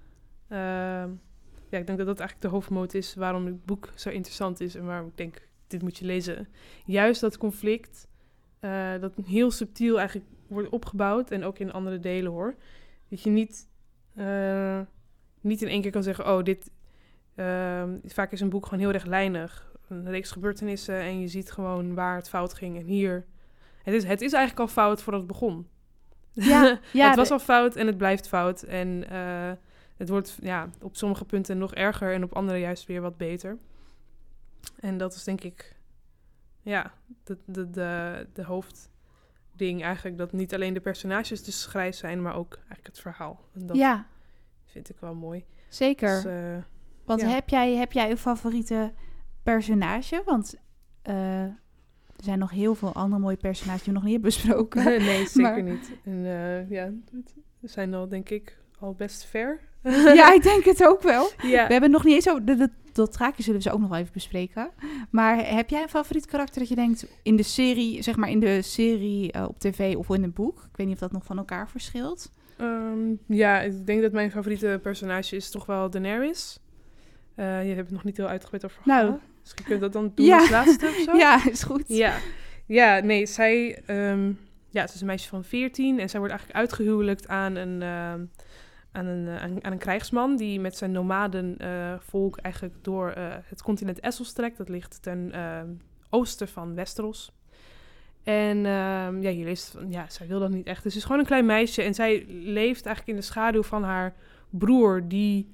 ik denk dat dat eigenlijk de hoofdmoot is... waarom het boek zo interessant is en waarom ik denk... dit moet je lezen. Juist dat conflict... dat heel subtiel eigenlijk wordt opgebouwd... en ook in andere delen hoor... dat je niet in één keer kan zeggen... dit... vaak is een boek gewoon heel rechtlijnig. Een reeks gebeurtenissen... en je ziet gewoon waar het fout ging. En hier... Het is eigenlijk al fout voordat het begon. Ja, het was al fout en het blijft fout. En het wordt op sommige punten nog erger... en op andere juist weer wat beter. En dat is denk ik... de hoofdding eigenlijk... dat niet alleen de personages dus grijs zijn... maar ook eigenlijk het verhaal. En dat vind ik wel mooi. Zeker. Dus, want heb jij een favoriete personage? Want Er zijn nog heel veel andere mooie personages die we nog niet hebben besproken. Nee, zeker Maar- niet. En we zijn al, denk ik, al best ver. Ja, ik denk het ook wel. Ja. We hebben het nog niet eens over... Dat Dothraki zullen we ze ook nog wel even bespreken. Maar heb jij een favoriet karakter dat je denkt... in de serie, zeg maar in de serie op tv of in een boek? Ik weet niet of dat nog van elkaar verschilt. Ik denk dat mijn favoriete personage is toch wel Daenerys. Je hebt het nog niet heel uitgebreid over Nou. gehad. Misschien kun je dat dan doen Ja. als laatste of zo? Ja, is goed. Ja, nee, zij... ze is een meisje van 14 en zij wordt eigenlijk uitgehuwelijkt aan een krijgsman... die met zijn nomadenvolk eigenlijk door het continent Essos trekt. Dat ligt ten oosten van Westeros. En je leest van, zij wil dat niet echt. Dus ze is gewoon een klein meisje en zij leeft eigenlijk in de schaduw van haar broer... die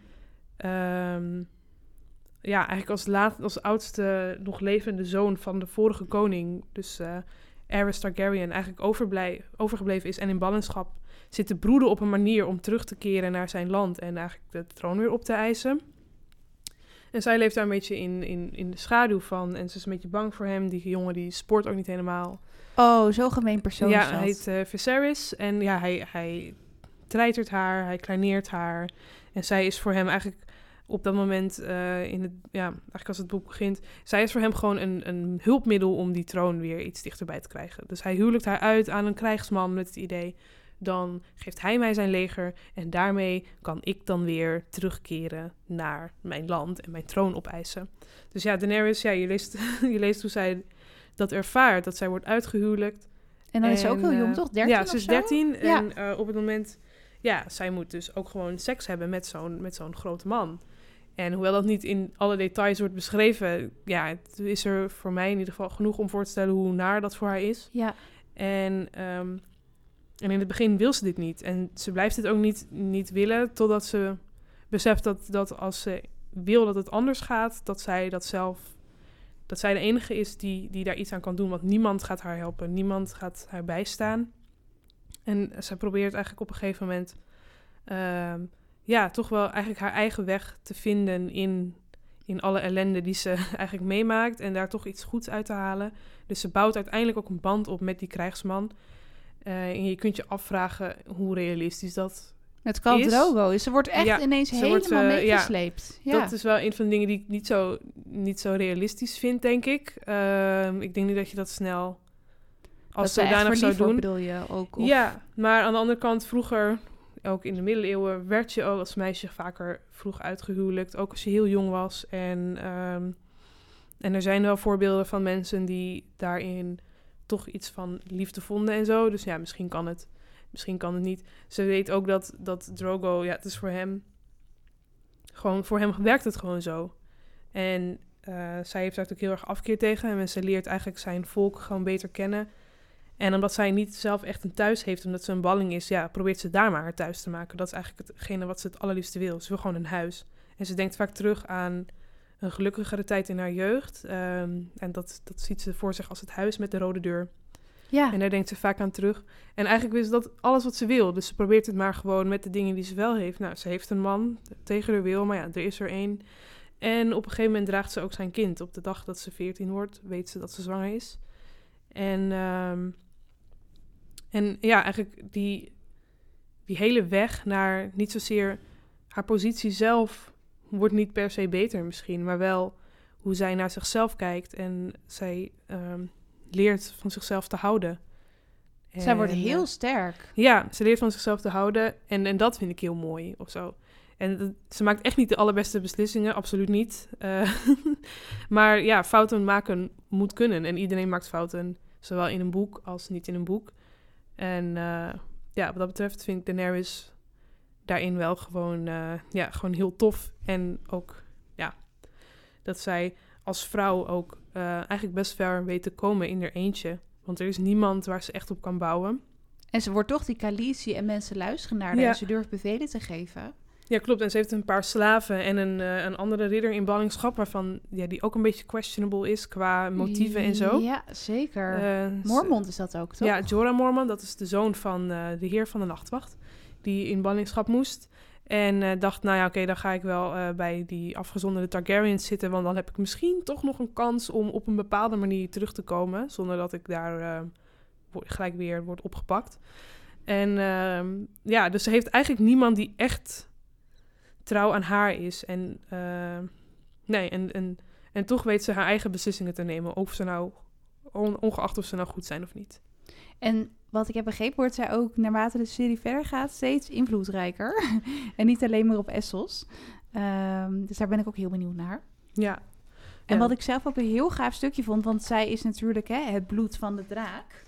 eigenlijk als oudste nog levende zoon van de vorige koning... dus Aerys Targaryen eigenlijk overgebleven is en in ballingschap zit te broeden op een manier om terug te keren naar zijn land en eigenlijk de troon weer op te eisen. En zij leeft daar een beetje in de schaduw van en ze is een beetje bang voor hem. Die jongen die sport ook niet helemaal. Oh, zo gemeen persoon Ja, is dat. hij heet Viserys en hij treitert haar, hij kleineert haar. En zij is voor hem eigenlijk op dat moment, eigenlijk als het boek begint... zij is voor hem gewoon een hulpmiddel om die troon weer iets dichterbij te krijgen. Dus hij huwelijkt haar uit aan een krijgsman met het idee... dan geeft hij mij zijn leger en daarmee kan ik dan weer terugkeren naar mijn land en mijn troon opeisen. Dus ja, Daenerys, je leest hoe zij dat ervaart, dat zij wordt uitgehuwelijkt. En dan is ze ook heel jong, toch? 13 Ja, of ze is zo? 13 Ja. en op het moment... Ja, zij moet dus ook gewoon seks hebben met zo'n grote man. En hoewel dat niet in alle details wordt beschreven... ja, het is er voor mij in ieder geval genoeg om voor te stellen hoe naar dat voor haar is. Ja. En in het begin wil ze dit niet. En ze blijft dit ook niet willen... totdat ze beseft dat als ze wil dat het anders gaat... dat zij de enige is die daar iets aan kan doen. Want niemand gaat haar helpen. Niemand gaat haar bijstaan. En zij probeert eigenlijk op een gegeven moment... toch wel eigenlijk haar eigen weg te vinden in alle ellende die ze eigenlijk meemaakt. En daar toch iets goeds uit te halen. Dus ze bouwt uiteindelijk ook een band op met die krijgsman. En je kunt je afvragen hoe realistisch dat Het Khal is. Drogo. Ze wordt echt ineens helemaal meegesleept. Ja. Dat is wel een van de dingen die ik niet zo realistisch vind, denk ik. Ik denk niet dat je dat snel als zodanig zou doen. Bedoel je ook? Of... Ja, maar aan de andere kant, vroeger, ook in de middeleeuwen, werd je ook als meisje vaker vroeg uitgehuwelijkt. Ook als je heel jong was. En er zijn wel voorbeelden van mensen die daarin toch iets van liefde vonden en zo. Dus ja, misschien kan het niet. Ze weet ook dat Drogo, het is voor hem werkt het gewoon zo. En zij heeft daar ook heel erg afkeer tegen. En ze leert eigenlijk zijn volk gewoon beter kennen. En omdat zij niet zelf echt een thuis heeft, omdat ze een balling is, probeert ze daar maar haar thuis te maken. Dat is eigenlijk hetgene wat ze het allerliefste wil. Ze wil gewoon een huis. En ze denkt vaak terug aan een gelukkigere tijd in haar jeugd. En dat ziet ze voor zich als het huis met de rode deur. Ja. En daar denkt ze vaak aan terug. En eigenlijk is dat alles wat ze wil. Dus ze probeert het maar gewoon met de dingen die ze wel heeft. Nou, ze heeft een man tegen haar wil, maar er is er één. En op een gegeven moment draagt ze ook zijn kind. Op de dag dat ze 14 wordt, weet ze dat ze zwanger is. En eigenlijk die hele weg naar niet zozeer haar positie zelf wordt niet per se beter misschien, maar wel hoe zij naar zichzelf kijkt en zij leert van zichzelf te houden. Zij wordt heel sterk. Ja, ze leert van zichzelf te houden en dat vind ik heel mooi of zo. En ze maakt echt niet de allerbeste beslissingen, absoluut niet. Maar fouten maken moet kunnen en iedereen maakt fouten, zowel in een boek als niet in een boek. En wat dat betreft vind ik Daenerys daarin wel gewoon heel tof. En ook, dat zij als vrouw ook eigenlijk best ver weet te komen in haar eentje. Want er is niemand waar ze echt op kan bouwen. En ze wordt toch die Khaleesi en mensen luisteren naar haar en ze durft bevelen te geven. Ja, klopt. En ze heeft een paar slaven en een andere ridder in ballingschap, waarvan die ook een beetje questionable is qua motieven en zo. Ja, zeker. Mormont is dat ook, toch? Ja, Jorah Mormont, dat is de zoon van de heer van de nachtwacht, die in ballingschap moest. En dacht, nou ja, oké, dan ga ik wel bij die afgezonderde Targaryens zitten, want dan heb ik misschien toch nog een kans om op een bepaalde manier terug te komen, zonder dat ik daar gelijk weer word opgepakt. En dus ze heeft eigenlijk niemand die echt trouw aan haar is. En toch weet ze haar eigen beslissingen te nemen, of ze nou, ongeacht of ze nou goed zijn of niet. En wat ik heb begrepen, wordt zij ook, naarmate de serie verder gaat, steeds invloedrijker. En niet alleen maar op Essos. Dus daar ben ik ook heel benieuwd naar. Ja. En wat ik zelf ook een heel gaaf stukje vond, want zij is natuurlijk het bloed van de draak.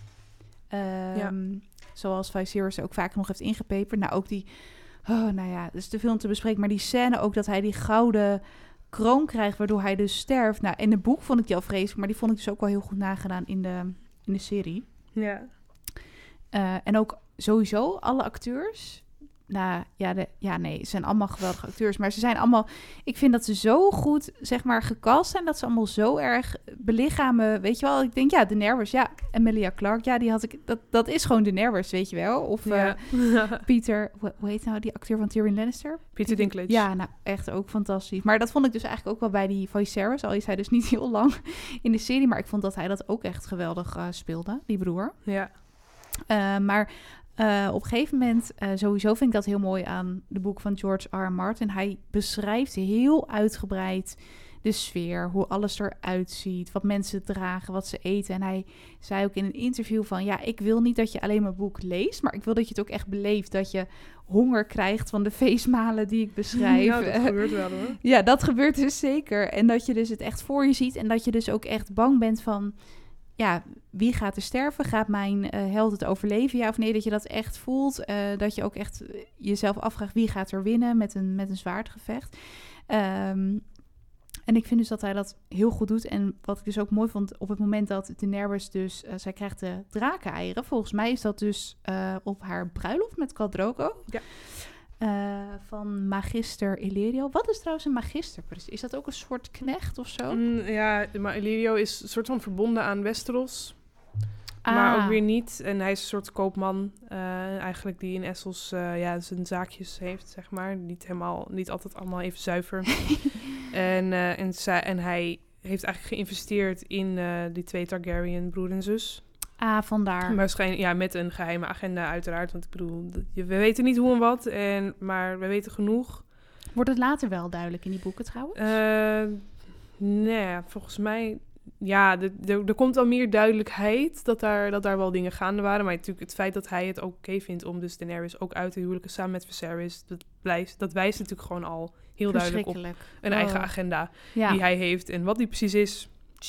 Zoals Viserys ook vaak nog heeft ingepeperd. Nou, ook die... dat is te veel om te bespreken. Maar die scène ook dat hij die gouden kroon krijgt, waardoor hij dus sterft. Nou, in het boek vond ik die al vreselijk, maar die vond ik dus ook wel heel goed nagedaan in de serie. Ja. En ook sowieso alle acteurs. Ze zijn allemaal geweldige acteurs. Maar ze zijn allemaal... Ik vind dat ze zo goed, zeg maar, gecast zijn. Dat ze allemaal zo erg belichamen. Weet je wel, ik denk, Daenerys. Ja, Emilia Clarke. Ja, die had ik... Dat is gewoon Daenerys, weet je wel. Of Peter... Hoe heet nou die acteur van Tyrion Lannister? Peter Dinklage. Ja, nou, echt ook fantastisch. Maar dat vond ik dus eigenlijk ook wel bij die Viserys. Al is hij dus niet heel lang in de serie. Maar ik vond dat hij dat ook echt geweldig speelde, die broer. Ja. Op een gegeven moment, sowieso vind ik dat heel mooi aan de boek van George R. Martin. Hij beschrijft heel uitgebreid de sfeer, hoe alles eruit ziet, wat mensen dragen, wat ze eten. En hij zei ook in een interview van, ik wil niet dat je alleen mijn boek leest, maar ik wil dat je het ook echt beleeft, dat je honger krijgt van de feestmalen die ik beschrijf. Ja, dat gebeurt wel hoor. Ja, dat gebeurt dus zeker. En dat je dus het echt voor je ziet en dat je dus ook echt bang bent van... wie gaat er sterven? Gaat mijn held het overleven? Ja of nee? Dat je dat echt voelt. Dat je ook echt jezelf afvraagt wie gaat er winnen met een zwaardgevecht. En ik vind dus dat hij dat heel goed doet. En wat ik dus ook mooi vond, op het moment dat Daenerys dus... zij krijgt de drakeneieren. Volgens mij is dat dus op haar bruiloft met Khal Drogo. Ja. Van magister Illyrio. Wat is trouwens een magister? Is dat ook een soort knecht of zo? Maar Illyrio is een soort van verbonden aan Westeros. Maar ook weer niet. En hij is een soort koopman eigenlijk die in Essos zijn zaakjes heeft, zeg maar. Niet altijd allemaal even zuiver. En hij heeft eigenlijk geïnvesteerd in die 2 Targaryen, broer en zus. Vandaar. Waarschijnlijk, met een geheime agenda uiteraard. Want ik bedoel, we weten niet hoe en wat, maar we weten genoeg. Wordt het later wel duidelijk in die boeken trouwens? Nee, volgens mij... Ja, er komt al meer duidelijkheid dat daar wel dingen gaande waren. Maar natuurlijk het feit dat hij het ook oké vindt om dus Daenerys ook uit te huwelijken samen met Viserys, dat wijst natuurlijk gewoon al heel duidelijk op een eigen agenda die hij heeft. En wat die precies is,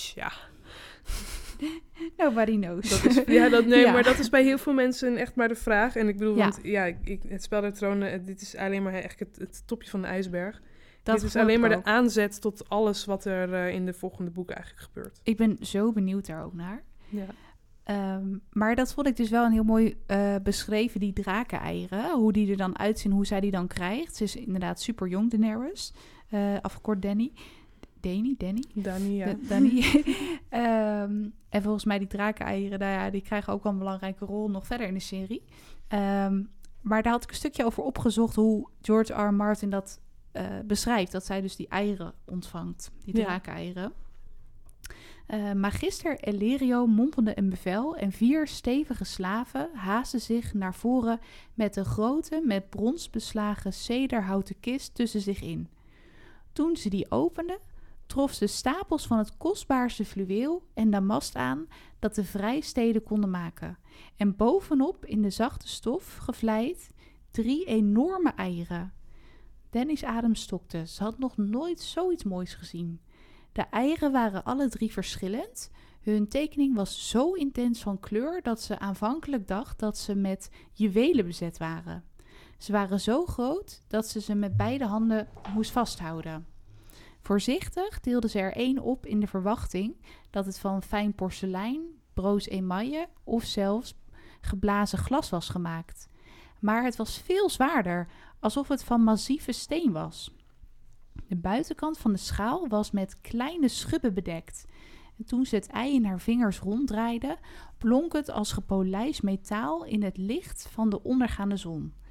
nobody knows. Maar dat is bij heel veel mensen echt maar de vraag. En ik bedoel, het Spel der Tronen, dit is alleen maar echt het topje van de ijsberg. Dit is alleen maar de aanzet tot alles wat er in de volgende boeken eigenlijk gebeurt. Ik ben zo benieuwd daar ook naar. Ja. Maar dat vond ik dus wel een heel mooi beschreven, die drakeneieren. Hoe die er dan uitzien, hoe zij die dan krijgt. Ze is inderdaad super jong, Daenerys. Afgekort Dany, ja. Dany. En volgens mij die drakeneieren, die krijgen ook wel een belangrijke rol nog verder in de serie. Maar daar had ik een stukje over opgezocht hoe George R. Martin dat beschrijft. Dat zij dus die eieren ontvangt, die drakeneieren. Magister Illyrio mompelde een bevel en 4 stevige slaven haasten zich naar voren met een grote, met brons beslagen cederhouten kist tussen zich in. Toen ze die opende, trof ze stapels van het kostbaarste fluweel en damast aan dat de vrijsteden konden maken. En bovenop in de zachte stof gevlijd 3 enorme eieren. Dany's adem stokte. Ze had nog nooit zoiets moois gezien. De eieren waren alle 3 verschillend. Hun tekening was zo intens van kleur dat ze aanvankelijk dacht dat ze met juwelen bezet waren. Ze waren zo groot dat ze met beide handen moest vasthouden. Voorzichtig deelde ze er 1 op in de verwachting dat het van fijn porselein, broos emaille of zelfs geblazen glas was gemaakt. Maar het was veel zwaarder, alsof het van massieve steen was. De buitenkant van de schaal was met kleine schubben bedekt. En toen ze het ei in haar vingers ronddraaide, blonk het als gepolijst metaal in het licht van de ondergaande zon.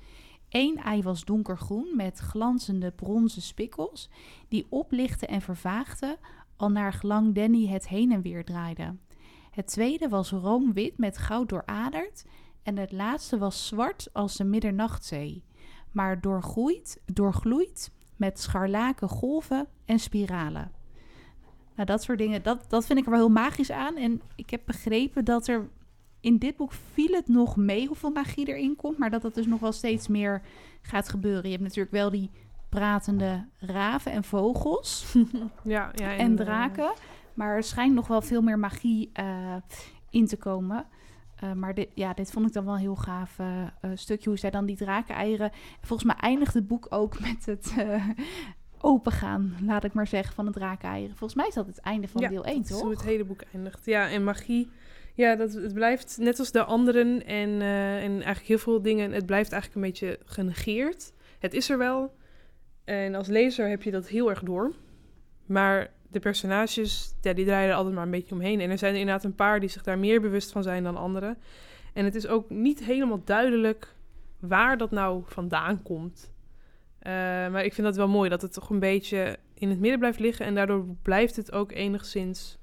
Eén ei was donkergroen met glanzende bronzen spikkels, die oplichtten en vervaagden, al naar gelang Danny het heen en weer draaide. Het tweede was roomwit met goud dooraderd en het laatste was zwart als de middernachtzee, maar doorgloeid met scharlaken golven en spiralen. Nou, dat soort dingen, dat vind ik er wel heel magisch aan. En ik heb begrepen dat er in dit boek viel het nog mee hoeveel magie erin komt, maar dat dus nog wel steeds meer gaat gebeuren. Je hebt natuurlijk wel die pratende raven en vogels en draken, maar er schijnt nog wel veel meer magie in te komen. Maar dit vond ik dan wel een heel gaaf stukje, hoe zij dan die drakeneieren... Volgens mij eindigt het boek ook met het opengaan, laat ik maar zeggen, van de drakeneieren. Volgens mij is dat het einde van deel 1, toch? Ja, hoe het hele boek eindigt. Ja, en magie, het blijft net als de anderen en eigenlijk heel veel dingen, het blijft eigenlijk een beetje genegeerd. Het is er wel. En als lezer heb je dat heel erg door. Maar de personages, die draaien er altijd maar een beetje omheen. En er zijn inderdaad een paar die zich daar meer bewust van zijn dan anderen. En het is ook niet helemaal duidelijk waar dat nou vandaan komt. Maar ik vind dat wel mooi, dat het toch een beetje in het midden blijft liggen. En daardoor blijft het ook enigszins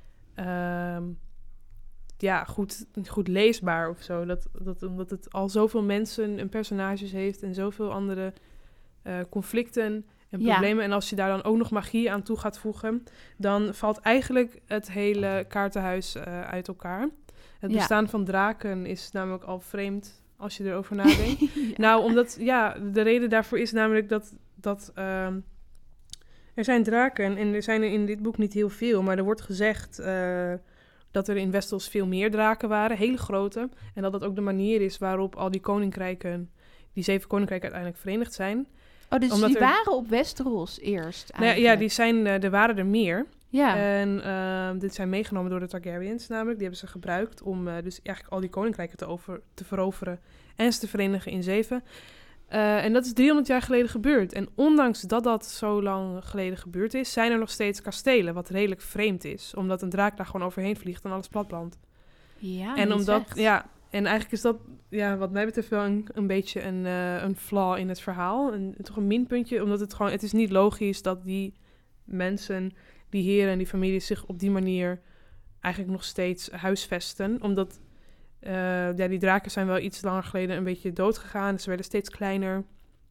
goed leesbaar of zo. Omdat het al zoveel mensen en personages heeft en zoveel andere conflicten en problemen. En als je daar dan ook nog magie aan toe gaat voegen, dan valt eigenlijk het hele kaartenhuis uit elkaar. Het bestaan van draken is namelijk al vreemd als je erover nadenkt. Nou, omdat, de reden daarvoor is namelijk dat er zijn draken en er zijn er in dit boek niet heel veel, maar er wordt gezegd dat er in Westeros veel meer draken waren, hele grote, en dat ook de manier is waarop al die koninkrijken, die 7 koninkrijken uiteindelijk verenigd zijn. Oh, dus die waren op Westeros eerst eigenlijk? Er waren er meer. Ja. En dit zijn meegenomen door de Targaryens namelijk. Die hebben ze gebruikt om dus eigenlijk al die koninkrijken te veroveren en ze te verenigen in 7. En dat is 300 jaar geleden gebeurd. En ondanks dat zo lang geleden gebeurd is, zijn er nog steeds kastelen, wat redelijk vreemd is. Omdat een draak daar gewoon overheen vliegt en alles platplandt. Ja, en en eigenlijk is dat, wat mij betreft wel een beetje een flaw in het verhaal. Toch een minpuntje, omdat het is niet logisch dat die mensen, die heren en die families zich op die manier eigenlijk nog steeds huisvesten. Omdat die draken zijn wel iets langer geleden een beetje dood gegaan. Ze werden steeds kleiner.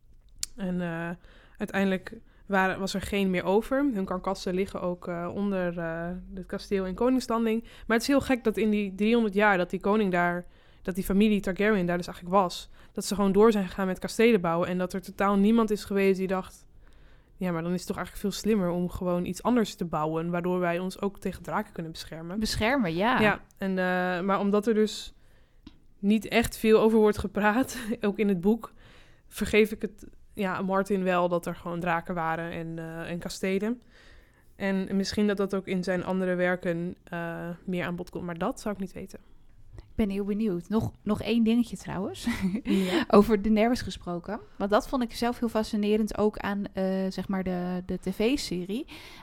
En uiteindelijk was er geen meer over. Hun karkassen liggen ook onder het kasteel in Koningslanding. Maar het is heel gek dat in die 300 jaar dat die koning daar, dat die familie Targaryen daar dus eigenlijk was, dat ze gewoon door zijn gegaan met kastelen bouwen en dat er totaal niemand is geweest die dacht, ja, maar dan is het toch eigenlijk veel slimmer om gewoon iets anders te bouwen, waardoor wij ons ook tegen draken kunnen beschermen. Beschermen, ja. Ja, en, maar omdat er dus niet echt veel over wordt gepraat, ook in het boek, vergeef ik het Martin wel dat er gewoon draken waren en kastelen. En misschien dat ook in zijn andere werken meer aan bod komt, maar dat zou ik niet weten. Ik ben heel benieuwd. Nog één dingetje trouwens. Ja. Over Daenerys gesproken. Want dat vond ik zelf heel fascinerend ook aan zeg maar de tv-serie.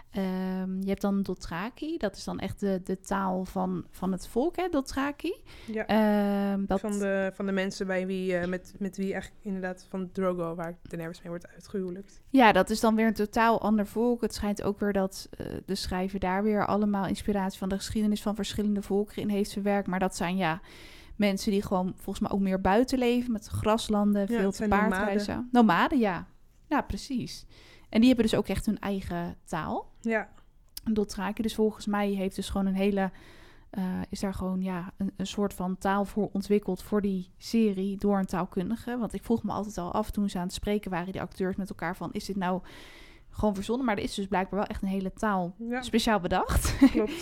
Je hebt dan Dothraki. Dat is dan echt de taal van het volk, hè, Dothraki. Ja, van de mensen bij wie, met wie eigenlijk inderdaad van Drogo, waar Daenerys mee wordt uitgehuwelijkt. Ja, dat is dan weer een totaal ander volk. Het schijnt ook weer dat de schrijver daar weer allemaal inspiratie van de geschiedenis van verschillende volkeren in heeft verwerkt. Maar dat zijn mensen die gewoon volgens mij ook meer buiten leven, met graslanden, veel te paardreizen. Nomaden, ja. Ja, precies. En die hebben dus ook echt hun eigen taal. Ja. Dothraki, dus volgens mij heeft dus gewoon een hele, is daar gewoon een soort van taal voor ontwikkeld voor die serie door een taalkundige. Want ik vroeg me altijd al af toen ze aan het spreken waren, die acteurs met elkaar, van is dit nou gewoon verzonnen? Maar er is dus blijkbaar wel echt een hele taal speciaal bedacht. Klopt.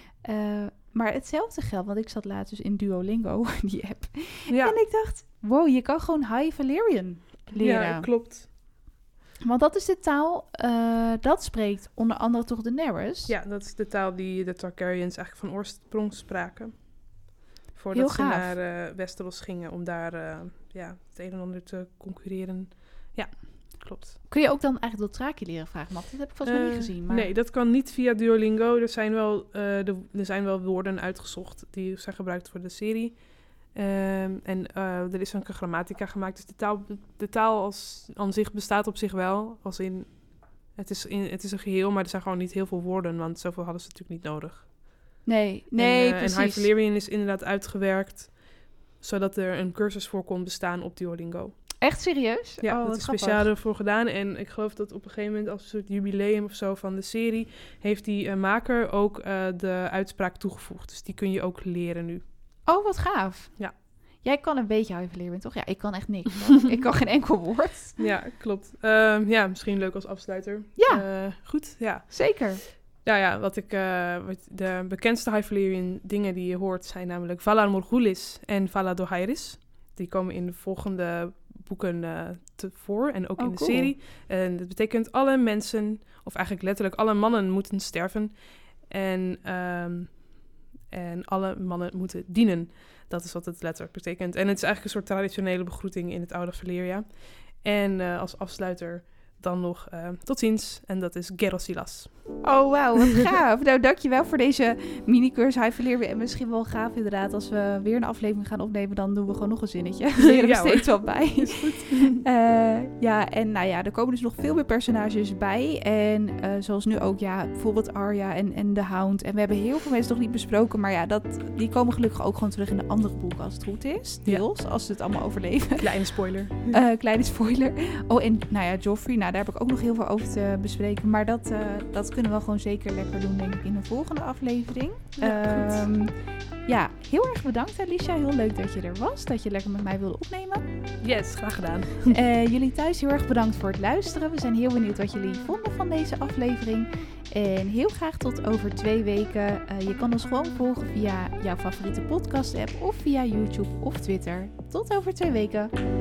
Maar hetzelfde geldt, want ik zat laatst dus in Duolingo, die app. Ja. En ik dacht, wow, je kan gewoon High Valyrian leren. Ja, klopt. Want dat is de taal, dat spreekt onder andere toch Daenerys. Ja, dat is de taal die de Targaryens eigenlijk van oorsprong spraken. Voordat ze naar Westeros gingen om daar het een en ander te concurreren. Ja, klopt. Kun je ook dan eigenlijk Dothraki leren, vragen? Dat heb ik volgens mij niet gezien. Maar... Nee, dat kan niet via Duolingo. Er zijn wel woorden uitgezocht die zijn gebruikt voor de serie. Er is ook een grammatica gemaakt. Dus de taal als aan zich bestaat op zich wel. Als in het is een geheel, maar er zijn gewoon niet heel veel woorden. Want zoveel hadden ze natuurlijk niet nodig. Nee, precies. En High Valyrian is inderdaad uitgewerkt, zodat er een cursus voor kon bestaan op Duolingo. Echt serieus? Ja, dat is speciaal ervoor gedaan. En ik geloof dat op een gegeven moment, als een soort jubileum of zo van de serie, heeft die maker ook de uitspraak toegevoegd. Dus die kun je ook leren nu. Oh, wat gaaf. Ja. Jij kan een beetje High Valyrian, toch? Ja, ik kan echt niks. Ik kan geen enkel woord. Ja, klopt. Misschien leuk als afsluiter. Ja. Goed, ja. Zeker. Nou ja, de bekendste High Valyrian dingen die je hoort zijn namelijk Valar Morghulis en Valar Dohaeris. Die komen in de volgende boeken voor en ook in de serie. En dat betekent alle mensen, of eigenlijk letterlijk alle mannen moeten sterven. En alle mannen moeten dienen. Dat is wat het letterlijk betekent. En het is eigenlijk een soort traditionele begroeting in het oude Valyria. En als afsluiter dan nog tot ziens. En dat is Gerosilas. Oh, wauw, wat gaaf. Nou, dankjewel voor deze mini-cursus High Valyrian. En misschien wel gaaf inderdaad, als we weer een aflevering gaan opnemen, dan doen we gewoon nog een zinnetje. We leren er steeds wel bij. Is goed. En nou ja, er komen dus nog veel meer personages bij. En zoals nu ook, ja, bijvoorbeeld Arya en de Hound. En we hebben heel veel mensen nog niet besproken. Maar ja, die komen gelukkig ook gewoon terug in de andere boeken als het goed is. Deels, als ze het allemaal overleven. Kleine spoiler. Kleine spoiler. Oh, en nou ja, Joffrey, nou daar heb ik ook nog heel veel over te bespreken. Maar dat kunnen we gewoon zeker lekker doen, denk ik, in de volgende aflevering. Ja, heel erg bedankt Alicia. Heel leuk dat je er was. Dat je lekker met mij wilde opnemen. Yes, graag gedaan. Jullie thuis heel erg bedankt voor het luisteren. We zijn heel benieuwd wat jullie vonden van deze aflevering. En heel graag tot over 2 weken. Je kan ons gewoon volgen via jouw favoriete podcast app of via YouTube of Twitter. Tot over 2 weken.